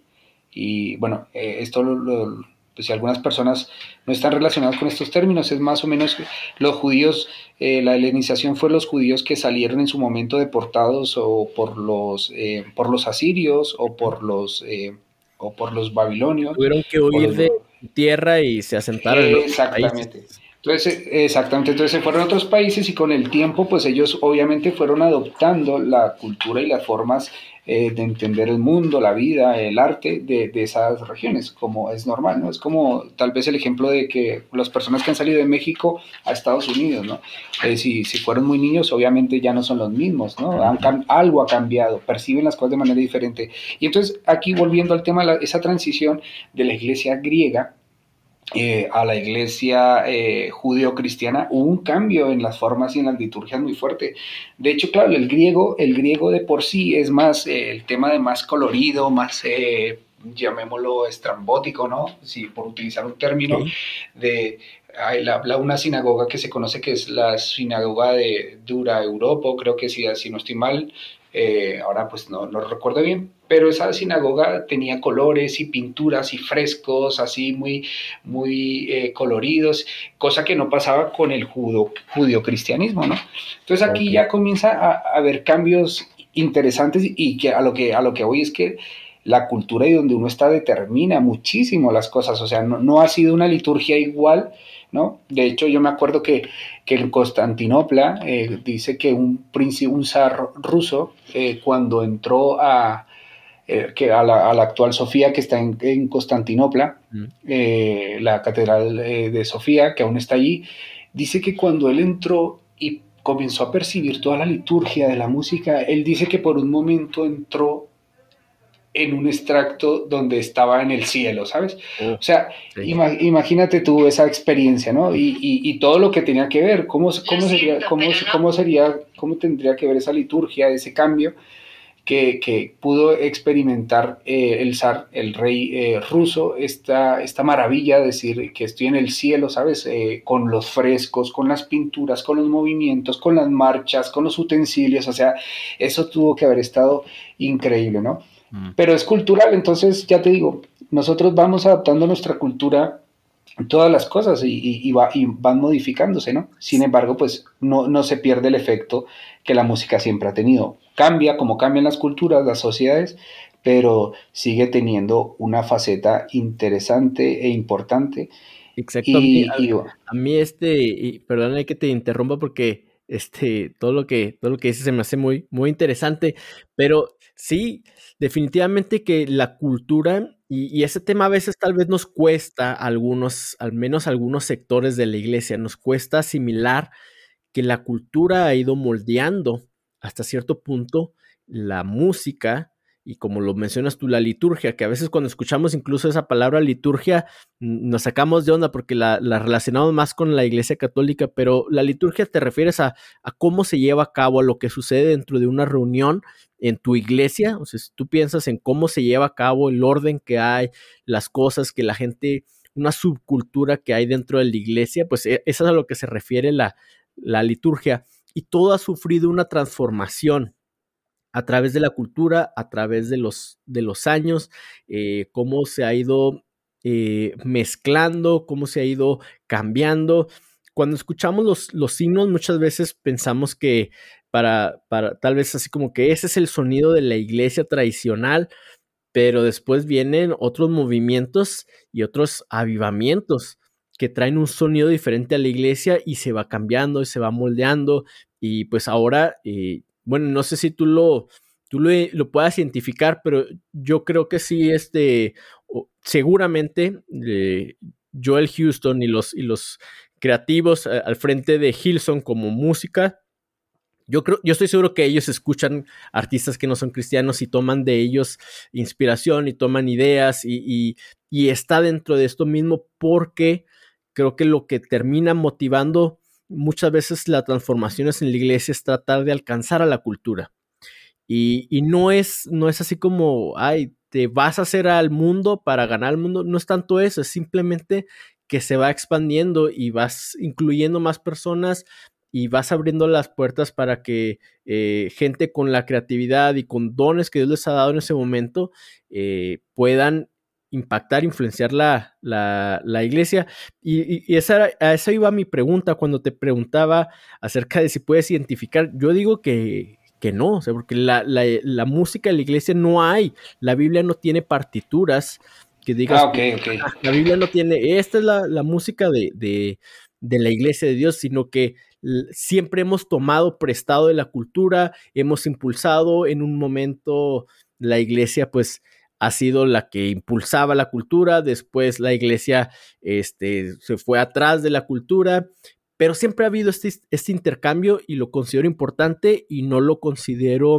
y bueno, eh, esto lo, lo, pues si algunas personas no están relacionadas con estos términos, es más o menos los judíos, eh, la helenización fue los judíos que salieron en su momento deportados o por los, eh, por los asirios o por los, eh, o por los babilonios Tuvieron que o huir los, de su tierra y se asentaron en otros países. exactamente. Entonces, exactamente, entonces se fueron a otros países y con el tiempo, pues ellos obviamente fueron adoptando la cultura y las formas eh, de entender el mundo, la vida, el arte de, de, esas regiones, como es normal, ¿no? Es como tal vez el ejemplo de que las personas que han salido de México a Estados Unidos, ¿no? Eh, si, si fueron muy niños, obviamente ya no son los mismos, ¿no? Han, algo ha cambiado, perciben las cosas de manera diferente. Y entonces, aquí volviendo al tema, la, esa transición de la iglesia griega, eh, a la iglesia eh, judío-cristiana, hubo un cambio en las formas y en las liturgias muy fuerte. De hecho, claro, el griego, el griego de por sí es más eh, el tema de más colorido, más, eh, llamémoslo, estrambótico, ¿no? Si por utilizar un término Okay. de hay la, la, una sinagoga que se conoce que es la sinagoga de Dura Europa, creo que si, si no estoy mal, eh, ahora pues no, no recuerdo bien, pero esa sinagoga tenía colores y pinturas y frescos así muy, muy eh, coloridos, cosa que no pasaba con el judo, judio-cristianismo, ¿no? Entonces aquí Okay. ya comienza a, a haber cambios interesantes y que a lo que, a lo que voy es que la cultura y donde uno está determina muchísimo las cosas, o sea, no, no ha sido una liturgia igual, ¿no? De hecho, yo me acuerdo que, que en Constantinopla eh, dice que un príncipe, un zar ruso, eh, cuando entró a, eh, que a, la, a la actual Sofía, que está en, en Constantinopla, Mm. eh, la catedral eh, de Sofía, que aún está allí, dice que cuando él entró y comenzó a percibir toda la liturgia de la música, él dice que por un momento entró en un extracto donde estaba en el cielo, ¿sabes? Oh, O sea, sí. ima imagínate tú esa experiencia, ¿no? Y, y, y, todo lo que tenía que ver, cómo, cómo sería, cómo, cómo sería, cómo tendría que ver esa liturgia, ese cambio que, que pudo experimentar eh, el zar, el rey eh, ruso, esta, esta maravilla de decir que estoy en el cielo, ¿sabes? Eh, con los frescos, con las pinturas, con los movimientos, con las marchas, con los utensilios, o sea, eso tuvo que haber estado increíble, ¿no? Mm. Pero es cultural, entonces ya te digo, nosotros vamos adaptando nuestra cultura todas las cosas y, y, y, va, y van modificándose, ¿no? Sin embargo, pues no, no se pierde el efecto que la música siempre ha tenido. Cambia como cambian las culturas, las sociedades, pero sigue teniendo una faceta interesante e importante. Exacto, a mí, Y, y a, a mí este, y perdóname que te interrumpa porque este, todo lo que, todo lo que dices se me hace muy, muy interesante, pero sí, definitivamente que la cultura y, y ese tema a veces tal vez nos cuesta a algunos, al menos a algunos sectores de la iglesia, nos cuesta asimilar que la cultura ha ido moldeando hasta cierto punto la música y como lo mencionas tú, la liturgia, que a veces cuando escuchamos incluso esa palabra liturgia nos sacamos de onda porque la, la relacionamos más con la iglesia católica, pero la liturgia te refieres a, a cómo se lleva a cabo, a lo que sucede dentro de una reunión en tu iglesia, o sea, si tú piensas en cómo se lleva a cabo el orden que hay, las cosas que la gente, una subcultura que hay dentro de la iglesia, pues eso es a lo que se refiere la, la liturgia, y todo ha sufrido una transformación a través de la cultura, a través de los, de los años, eh, cómo se ha ido eh, mezclando, cómo se ha ido cambiando. Cuando escuchamos los, los himnos, muchas veces pensamos que para, para, tal vez así como que ese es el sonido de la iglesia tradicional, pero después vienen otros movimientos y otros avivamientos que traen un sonido diferente a la iglesia y se va cambiando y se va moldeando, y pues ahora, eh, bueno, no sé si tú lo, tú lo, lo puedas identificar, pero yo creo que sí, este, seguramente eh, Joel Houston y los, y los creativos eh, al frente de Hillsong como música, yo creo, yo estoy seguro que ellos escuchan artistas que no son cristianos y toman de ellos inspiración y toman ideas y, y, y está dentro de esto mismo, porque creo que lo que termina motivando muchas veces las transformaciones en la iglesia es tratar de alcanzar a la cultura. Y, y no es, no es así como, ay, te vas a hacer al mundo para ganar al mundo. No es tanto eso, es simplemente que se va expandiendo y vas incluyendo más personas y vas abriendo las puertas para que eh, gente con la creatividad y con dones que Dios les ha dado en ese momento eh, puedan impactar, influenciar la, la, la iglesia. Y, y, y esa, a eso iba mi pregunta cuando te preguntaba acerca de si puedes identificar. Yo digo que, que no, o sea, porque la, la, la música de la iglesia no hay. La Biblia no tiene partituras que digas, ah, okay, okay. La Biblia no tiene, esta es la, la música de, de, de la iglesia de Dios, sino que siempre hemos tomado prestado de la cultura, hemos impulsado en un momento la iglesia, pues ha sido la que impulsaba la cultura, después la iglesia este, se fue atrás de la cultura, pero siempre ha habido este, este intercambio y lo considero importante y no lo considero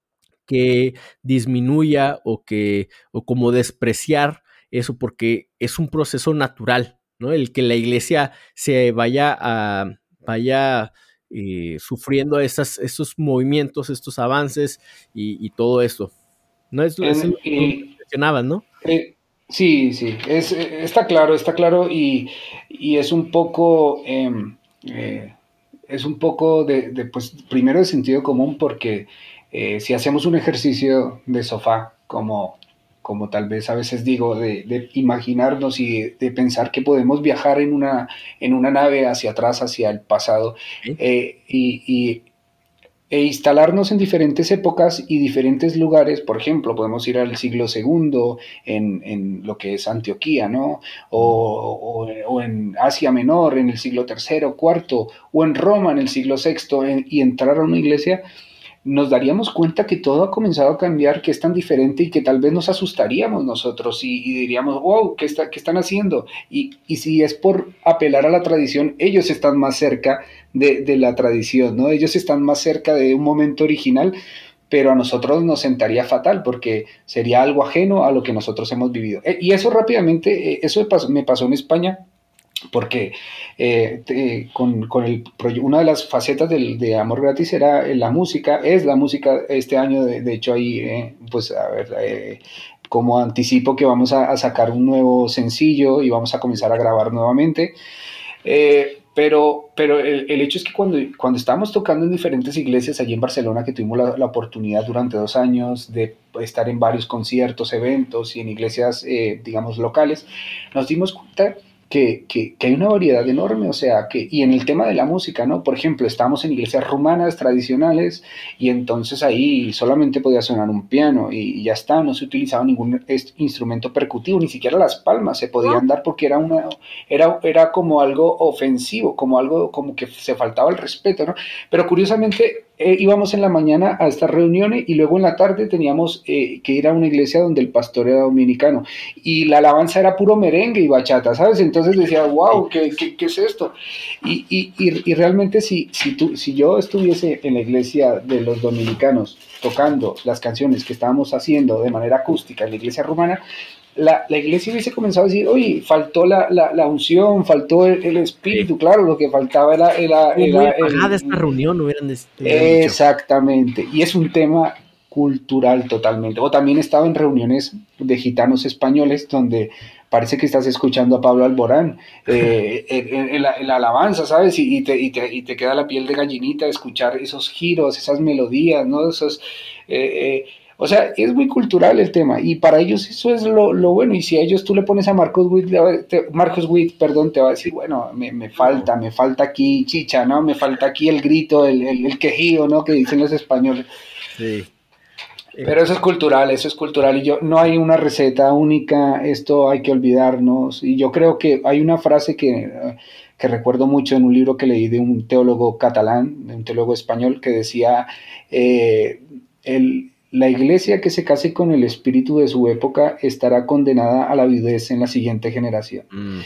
que disminuya o, que, o como despreciar eso, porque es un proceso natural, ¿no? El que la iglesia se vaya a vaya eh, sufriendo esas, esos movimientos, estos avances y, y todo eso. No es, es lo que mencionabas, ¿no? Eh, sí, sí, es, está claro, está claro y, y es un poco, eh, eh, es un poco de, de, pues, primero de sentido común, porque eh, si hacemos un ejercicio de sofá, como, como tal vez a veces digo, de, de imaginarnos y de, de pensar que podemos viajar en una, en una nave hacia atrás, hacia el pasado, ¿sí? eh, y, y e instalarnos en diferentes épocas y diferentes lugares. Por ejemplo, podemos ir al siglo segundo en, en lo que es Antioquía, ¿no? O, o, o en Asia Menor en el siglo tercero, cuarto, o en Roma en el siglo sexto, en, y entrar a una iglesia, nos daríamos cuenta que todo ha comenzado a cambiar, que es tan diferente y que tal vez nos asustaríamos nosotros y, y diríamos, wow, ¿qué, está, ¿qué están haciendo? Y, y si es por apelar a la tradición, ellos están más cerca de, de la tradición, ¿no? Ellos están más cerca de un momento original, pero a nosotros nos sentaría fatal porque sería algo ajeno a lo que nosotros hemos vivido. Y eso rápidamente, eso me pasó, me pasó en España, porque eh, te, con, con el, una de las facetas del, de Amor Gratis era la música, es la música este año, de, de hecho ahí, eh, pues a ver, eh, como anticipo que vamos a, a sacar un nuevo sencillo y vamos a comenzar a grabar nuevamente, eh, pero, pero el, el hecho es que cuando, cuando estábamos tocando en diferentes iglesias allí en Barcelona, que tuvimos la, la oportunidad durante dos años de estar en varios conciertos, eventos y en iglesias, eh, digamos, locales, nos dimos cuenta Que, que, que hay una variedad enorme, o sea, que, y en el tema de la música, ¿no? Por ejemplo, estábamos en iglesias rumanas tradicionales y entonces ahí solamente podía sonar un piano y, y ya está, no se utilizaba ningún instrumento percutivo, ni siquiera las palmas se podían dar porque era, una, era, era como algo ofensivo, como algo como que se faltaba el respeto, ¿no? Pero curiosamente eh, íbamos en la mañana a estas reuniones y luego en la tarde teníamos eh, que ir a una iglesia donde el pastor era dominicano y la alabanza era puro merengue y bachata, ¿sabes? Entonces decía, wow, ¿qué, qué, qué es esto? Y, y, y, y realmente si, si, tú, si yo estuviese en la iglesia de los dominicanos tocando las canciones que estábamos haciendo de manera acústica en la iglesia rumana, La, la iglesia hubiese comenzado a decir, oye, faltó la, la, la unción, faltó el, el espíritu, sí. Claro, lo que faltaba era... era, era muy apagada el, esta reunión, hubieran, hubieran exactamente, dicho. Y es un tema cultural totalmente. O también he estado en reuniones de gitanos españoles donde parece que estás escuchando a Pablo Alborán eh, en, en, la, en la alabanza, ¿sabes? Y, y, te, y, te, y te queda la piel de gallinita de escuchar esos giros, esas melodías, ¿no? Esos, eh, eh, o sea, es muy cultural el tema y para ellos eso es lo, lo bueno. Y si a ellos tú le pones a Marcos Witt, te, Marcos Witt, perdón, te va a decir, bueno, me, me falta, me falta aquí chicha, ¿no? Me falta aquí el grito, el, el, el quejío, ¿no? Que dicen los españoles. Sí. Pero eso es cultural, eso es cultural y yo no hay una receta única, esto hay que olvidarnos y yo creo que hay una frase que, que recuerdo mucho en un libro que leí de un teólogo catalán, de un teólogo español que decía eh, el, la iglesia que se case con el espíritu de su época estará condenada a la viudez en la siguiente generación. Mm.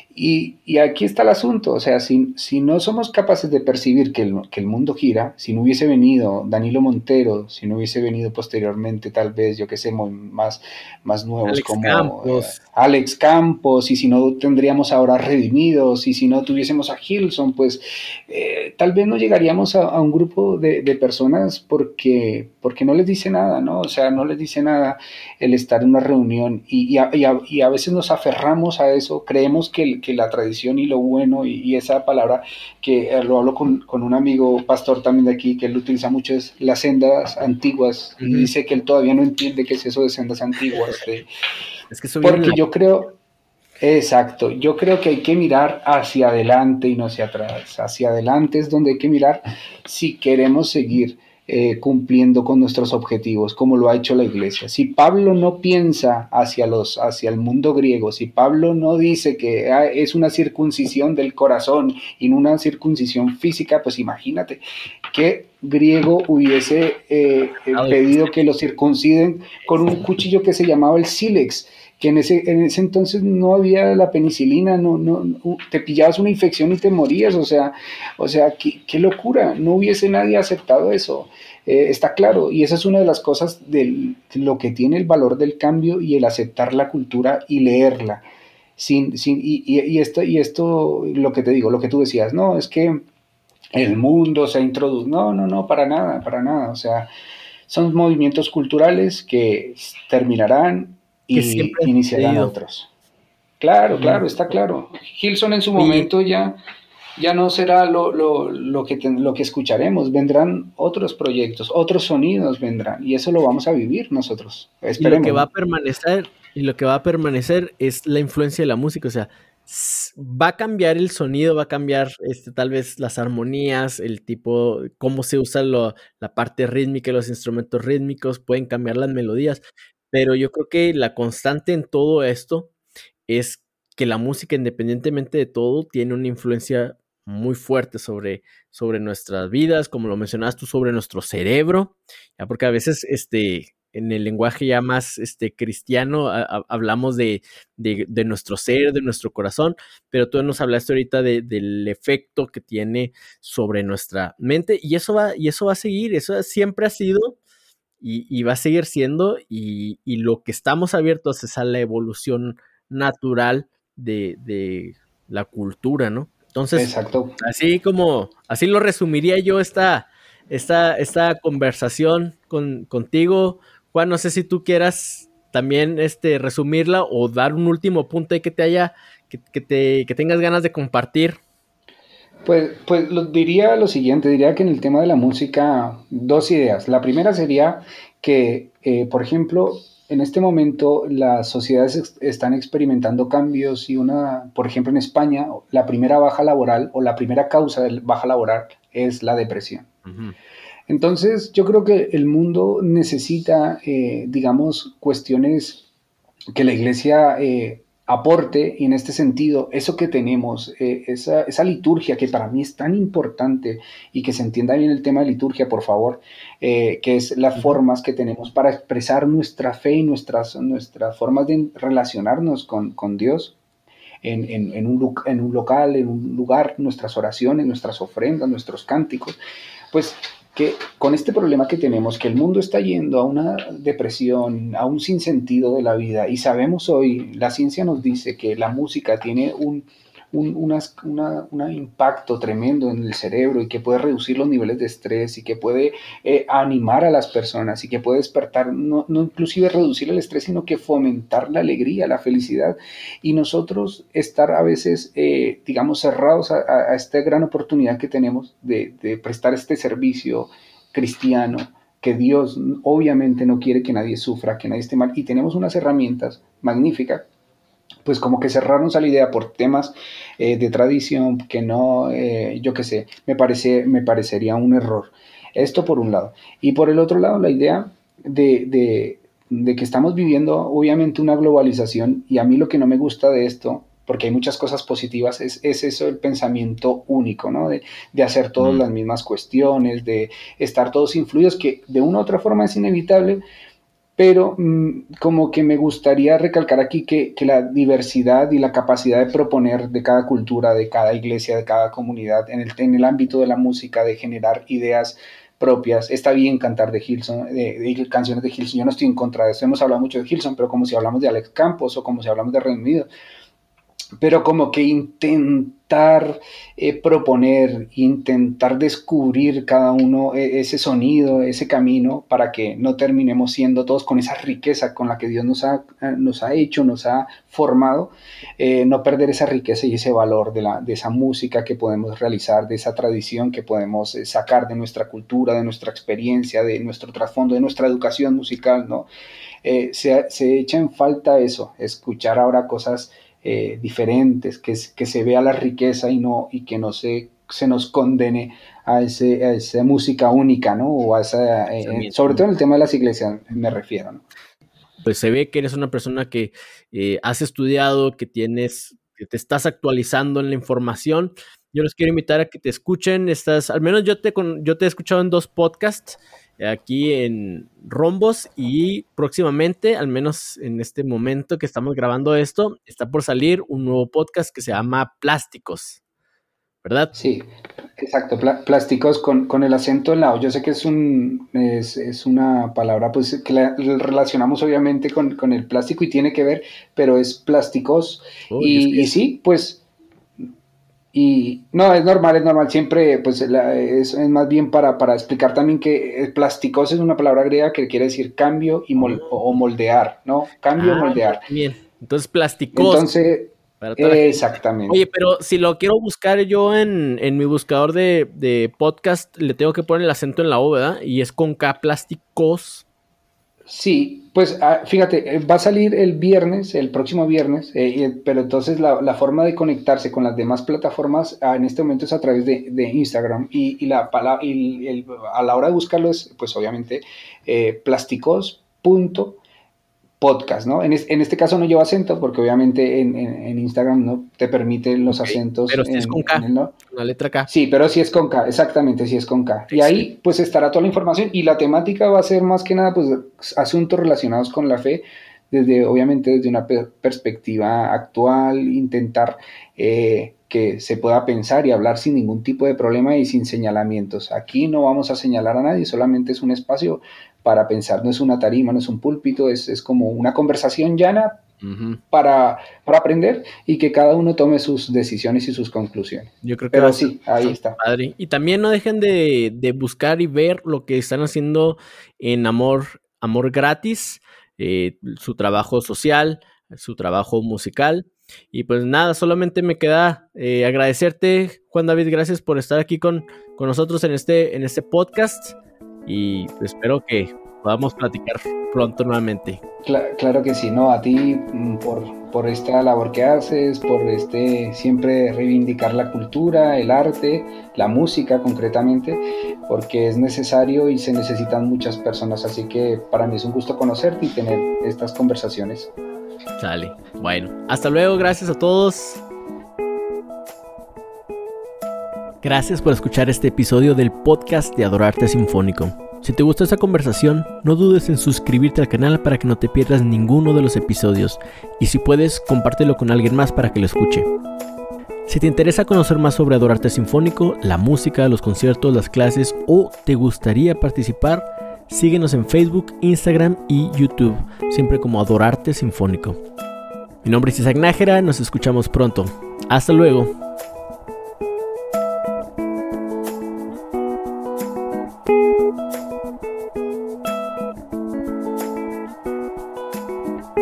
Y, y aquí está el asunto, o sea, si, si no somos capaces de percibir que el, que el mundo gira, si no hubiese venido Danilo Montero, si no hubiese venido posteriormente tal vez, yo que sé, más, más nuevos Alex como Campos. Eh, Alex Campos, y si no tendríamos ahora Redimidos, y si no tuviésemos a Hilson, pues eh, tal vez no llegaríamos a, a un grupo de, de personas porque, porque no les dice nada, ¿no? O sea, no les dice nada el estar en una reunión y, y, a, y, a, y a veces nos aferramos a eso, creemos que el, que la tradición y lo bueno y, y esa palabra que eh, lo hablo con, con un amigo pastor también de aquí que él utiliza mucho es las sendas antiguas uh-huh. Y dice que él todavía no entiende qué es eso de sendas antiguas de, es que eso porque viene... yo creo exacto, yo creo que hay que mirar hacia adelante y no hacia atrás, hacia adelante es donde hay que mirar si queremos seguir Eh, cumpliendo con nuestros objetivos, como lo ha hecho la iglesia. Si Pablo no piensa hacia, los, hacia el mundo griego, si Pablo no dice que ah, es una circuncisión del corazón y no una circuncisión física, pues imagínate qué griego hubiese eh, pedido que lo circunciden con un cuchillo que se llamaba el sílex, que en ese, en ese entonces no había la penicilina, no, no, no, te pillabas una infección y te morías, o sea, o sea qué, qué locura, no hubiese nadie aceptado eso, eh, está claro, y esa es una de las cosas de lo que tiene el valor del cambio y el aceptar la cultura y leerla, sin, sin, y, y, y, esto, y esto, lo que te digo, lo que tú decías, no, es que el mundo se ha introducido, no, no, no, para nada, para nada, o sea, son movimientos culturales que terminarán y iniciarán otros. Claro, claro, está claro. Hilson en su momento ya, ya no será lo, lo, lo, que ten, lo que escucharemos, vendrán otros proyectos, otros sonidos vendrán, y eso lo vamos a vivir nosotros. Esperemos. Y lo que va a permanecer, y lo que va a permanecer es la influencia de la música, o sea, va a cambiar el sonido, va a cambiar este, tal vez las armonías, el tipo, cómo se usa lo, la parte rítmica, los instrumentos rítmicos, pueden cambiar las melodías, pero yo creo que la constante en todo esto es que la música, independientemente de todo, tiene una influencia muy fuerte sobre, sobre nuestras vidas, como lo mencionabas tú, sobre nuestro cerebro, ya porque a veces este, en el lenguaje ya más este, cristiano a, a, hablamos de, de, de nuestro ser, de nuestro corazón, pero tú nos hablaste ahorita de, del efecto que tiene sobre nuestra mente y eso va, y eso va a seguir, eso siempre ha sido y, y va a seguir siendo y, y lo que estamos abiertos es a la evolución natural de, de la cultura, ¿no? Entonces, exacto. Así como, así lo resumiría yo esta, esta, esta conversación con, contigo. Juan, no sé si tú quieras también este, resumirla o dar un último punto ahí que te haya, que, que, te, que tengas ganas de compartir. Pues, pues lo, diría lo siguiente, diría que en el tema de la música, dos ideas. La primera sería que, eh, por ejemplo, en este momento las sociedades ex- están experimentando cambios y una, por ejemplo en España, la primera baja laboral o la primera causa de baja laboral es la depresión. Uh-huh. Entonces yo creo que el mundo necesita, eh, digamos, cuestiones que la iglesia eh, aporte y en este sentido, eso que tenemos, eh, esa, esa liturgia que para mí es tan importante y que se entienda bien el tema de liturgia, por favor, eh, que es las uh-huh. formas que tenemos para expresar nuestra fe y nuestras, nuestras formas de relacionarnos con, con Dios. En, en, en, un, en un local, en un lugar, nuestras oraciones, nuestras ofrendas, nuestros cánticos, pues que con este problema que tenemos, que el mundo está yendo a una depresión, a un sinsentido de la vida, y sabemos hoy, la ciencia nos dice que la música tiene un, un unas, una, una impacto tremendo en el cerebro y que puede reducir los niveles de estrés y que puede eh, animar a las personas y que puede despertar, no, no inclusive reducir el estrés, sino que fomentar la alegría, la felicidad. Y nosotros estar a veces, eh, digamos, cerrados a, a, a esta gran oportunidad que tenemos de, de prestar este servicio cristiano, que Dios obviamente no quiere que nadie sufra, que nadie esté mal, y tenemos unas herramientas magníficas, pues como que cerrarnos a la idea por temas eh, de tradición, que no, eh, yo qué sé, me, parece, me parecería un error. Esto por un lado. Y por el otro lado, la idea de, de, de que estamos viviendo obviamente una globalización, y a mí lo que no me gusta de esto, porque hay muchas cosas positivas, es, es eso, el pensamiento único, ¿no? De, de hacer todas mm. las mismas cuestiones, de estar todos influidos, que de una u otra forma es inevitable, pero mmm, como que me gustaría recalcar aquí que, que la diversidad y la capacidad de proponer de cada cultura, de cada iglesia, de cada comunidad, en el, en el ámbito de la música, de generar ideas propias. Está bien cantar de Hillsong, de, de canciones de Hillsong, yo no estoy en contra de eso, hemos hablado mucho de Hillsong, pero como si hablamos de Alex Campos o como si hablamos de Reino Unido, pero como que intentar eh, proponer, intentar descubrir cada uno eh, ese sonido, ese camino, para que no terminemos siendo todos con esa riqueza con la que Dios nos ha, nos ha hecho, nos ha formado, eh, no perder esa riqueza y ese valor de, la, de esa música que podemos realizar, de esa tradición que podemos eh, sacar de nuestra cultura, de nuestra experiencia, de nuestro trasfondo, de nuestra educación musical, ¿no? Eh, se, se echa en falta eso, escuchar ahora cosas Eh, diferentes, que, que se vea la riqueza y, no, y que no se, se nos condene a, ese, a esa música única, ¿no? O a esa, eh, sobre todo en el tema de las iglesias me refiero, ¿no? Pues se ve que eres una persona que eh, has estudiado, que tienes, que te estás actualizando en la información. Yo les quiero invitar a que te escuchen. Estás, al menos yo te, yo te he escuchado en dos podcasts, aquí en Rombos, y próximamente, al menos en este momento que estamos grabando esto, está por salir un nuevo podcast que se llama Plásticos, ¿verdad? Sí, exacto, Pl- plásticos con, con el acento en la O. Yo sé que es, un, es, es una palabra pues, que la relacionamos obviamente con, con el plástico y tiene que ver, pero es plásticos. Oh, y, y, y sí, pues... Y no, es normal, es normal, siempre pues la, es, es más bien para, para explicar también que plásticos es una palabra griega que quiere decir cambio y mol, o moldear, ¿no? Cambio o ah, moldear. Bien, entonces plásticos. Entonces, exactamente. Oye, pero si lo quiero buscar yo en, en mi buscador de, de podcast, le tengo que poner el acento en la O, ¿verdad? Y es con K, plásticos. Sí, pues fíjate, va a salir el viernes, el próximo viernes, eh, pero entonces la, la forma de conectarse con las demás plataformas ah, en este momento es a través de, de Instagram y, y, la, y el, a la hora de buscarlo es, pues obviamente, eh, plásticos punto podcast, ¿no? En, es, en este caso no lleva acento porque obviamente en, en, en Instagram no te permiten los okay, acentos. Pero si en, es con K, en el, ¿no? La letra K. Sí, pero sí es con K, exactamente, sí es con K. Sí. Y ahí pues estará toda la información y la temática va a ser más que nada pues asuntos relacionados con la fe, desde obviamente desde una per- perspectiva actual, intentar eh, que se pueda pensar y hablar sin ningún tipo de problema y sin señalamientos. Aquí no vamos a señalar a nadie, solamente es un espacio para pensar, no es una tarima, no es un púlpito, es, es como una conversación llana uh-huh. para, para aprender y que cada uno tome sus decisiones y sus conclusiones. Yo creo que Pero sí, ahí está. Padre. Y también no dejen de, de buscar y ver lo que están haciendo en Amor, Amor Gratis, eh, su trabajo social, su trabajo musical. Y pues nada, solamente me queda eh, agradecerte, Juan David, gracias por estar aquí con, con nosotros en este, en este podcast. Y espero que podamos platicar pronto nuevamente. Claro, claro que sí, no, a ti por, por esta labor que haces, por este siempre reivindicar la cultura, el arte, la música concretamente, porque es necesario y se necesitan muchas personas, así que para mí es un gusto conocerte y tener estas conversaciones. Sale, bueno, hasta luego, gracias a todos. Gracias por escuchar este episodio del podcast de Adorarte Sinfónico. Si te gustó esta conversación, no dudes en suscribirte al canal para que no te pierdas ninguno de los episodios. Y si puedes, compártelo con alguien más para que lo escuche. Si te interesa conocer más sobre Adorarte Sinfónico, la música, los conciertos, las clases o te gustaría participar, síguenos en Facebook, Instagram y YouTube, siempre como Adorarte Sinfónico. Mi nombre es Isaac Nájera, nos escuchamos pronto. Hasta luego.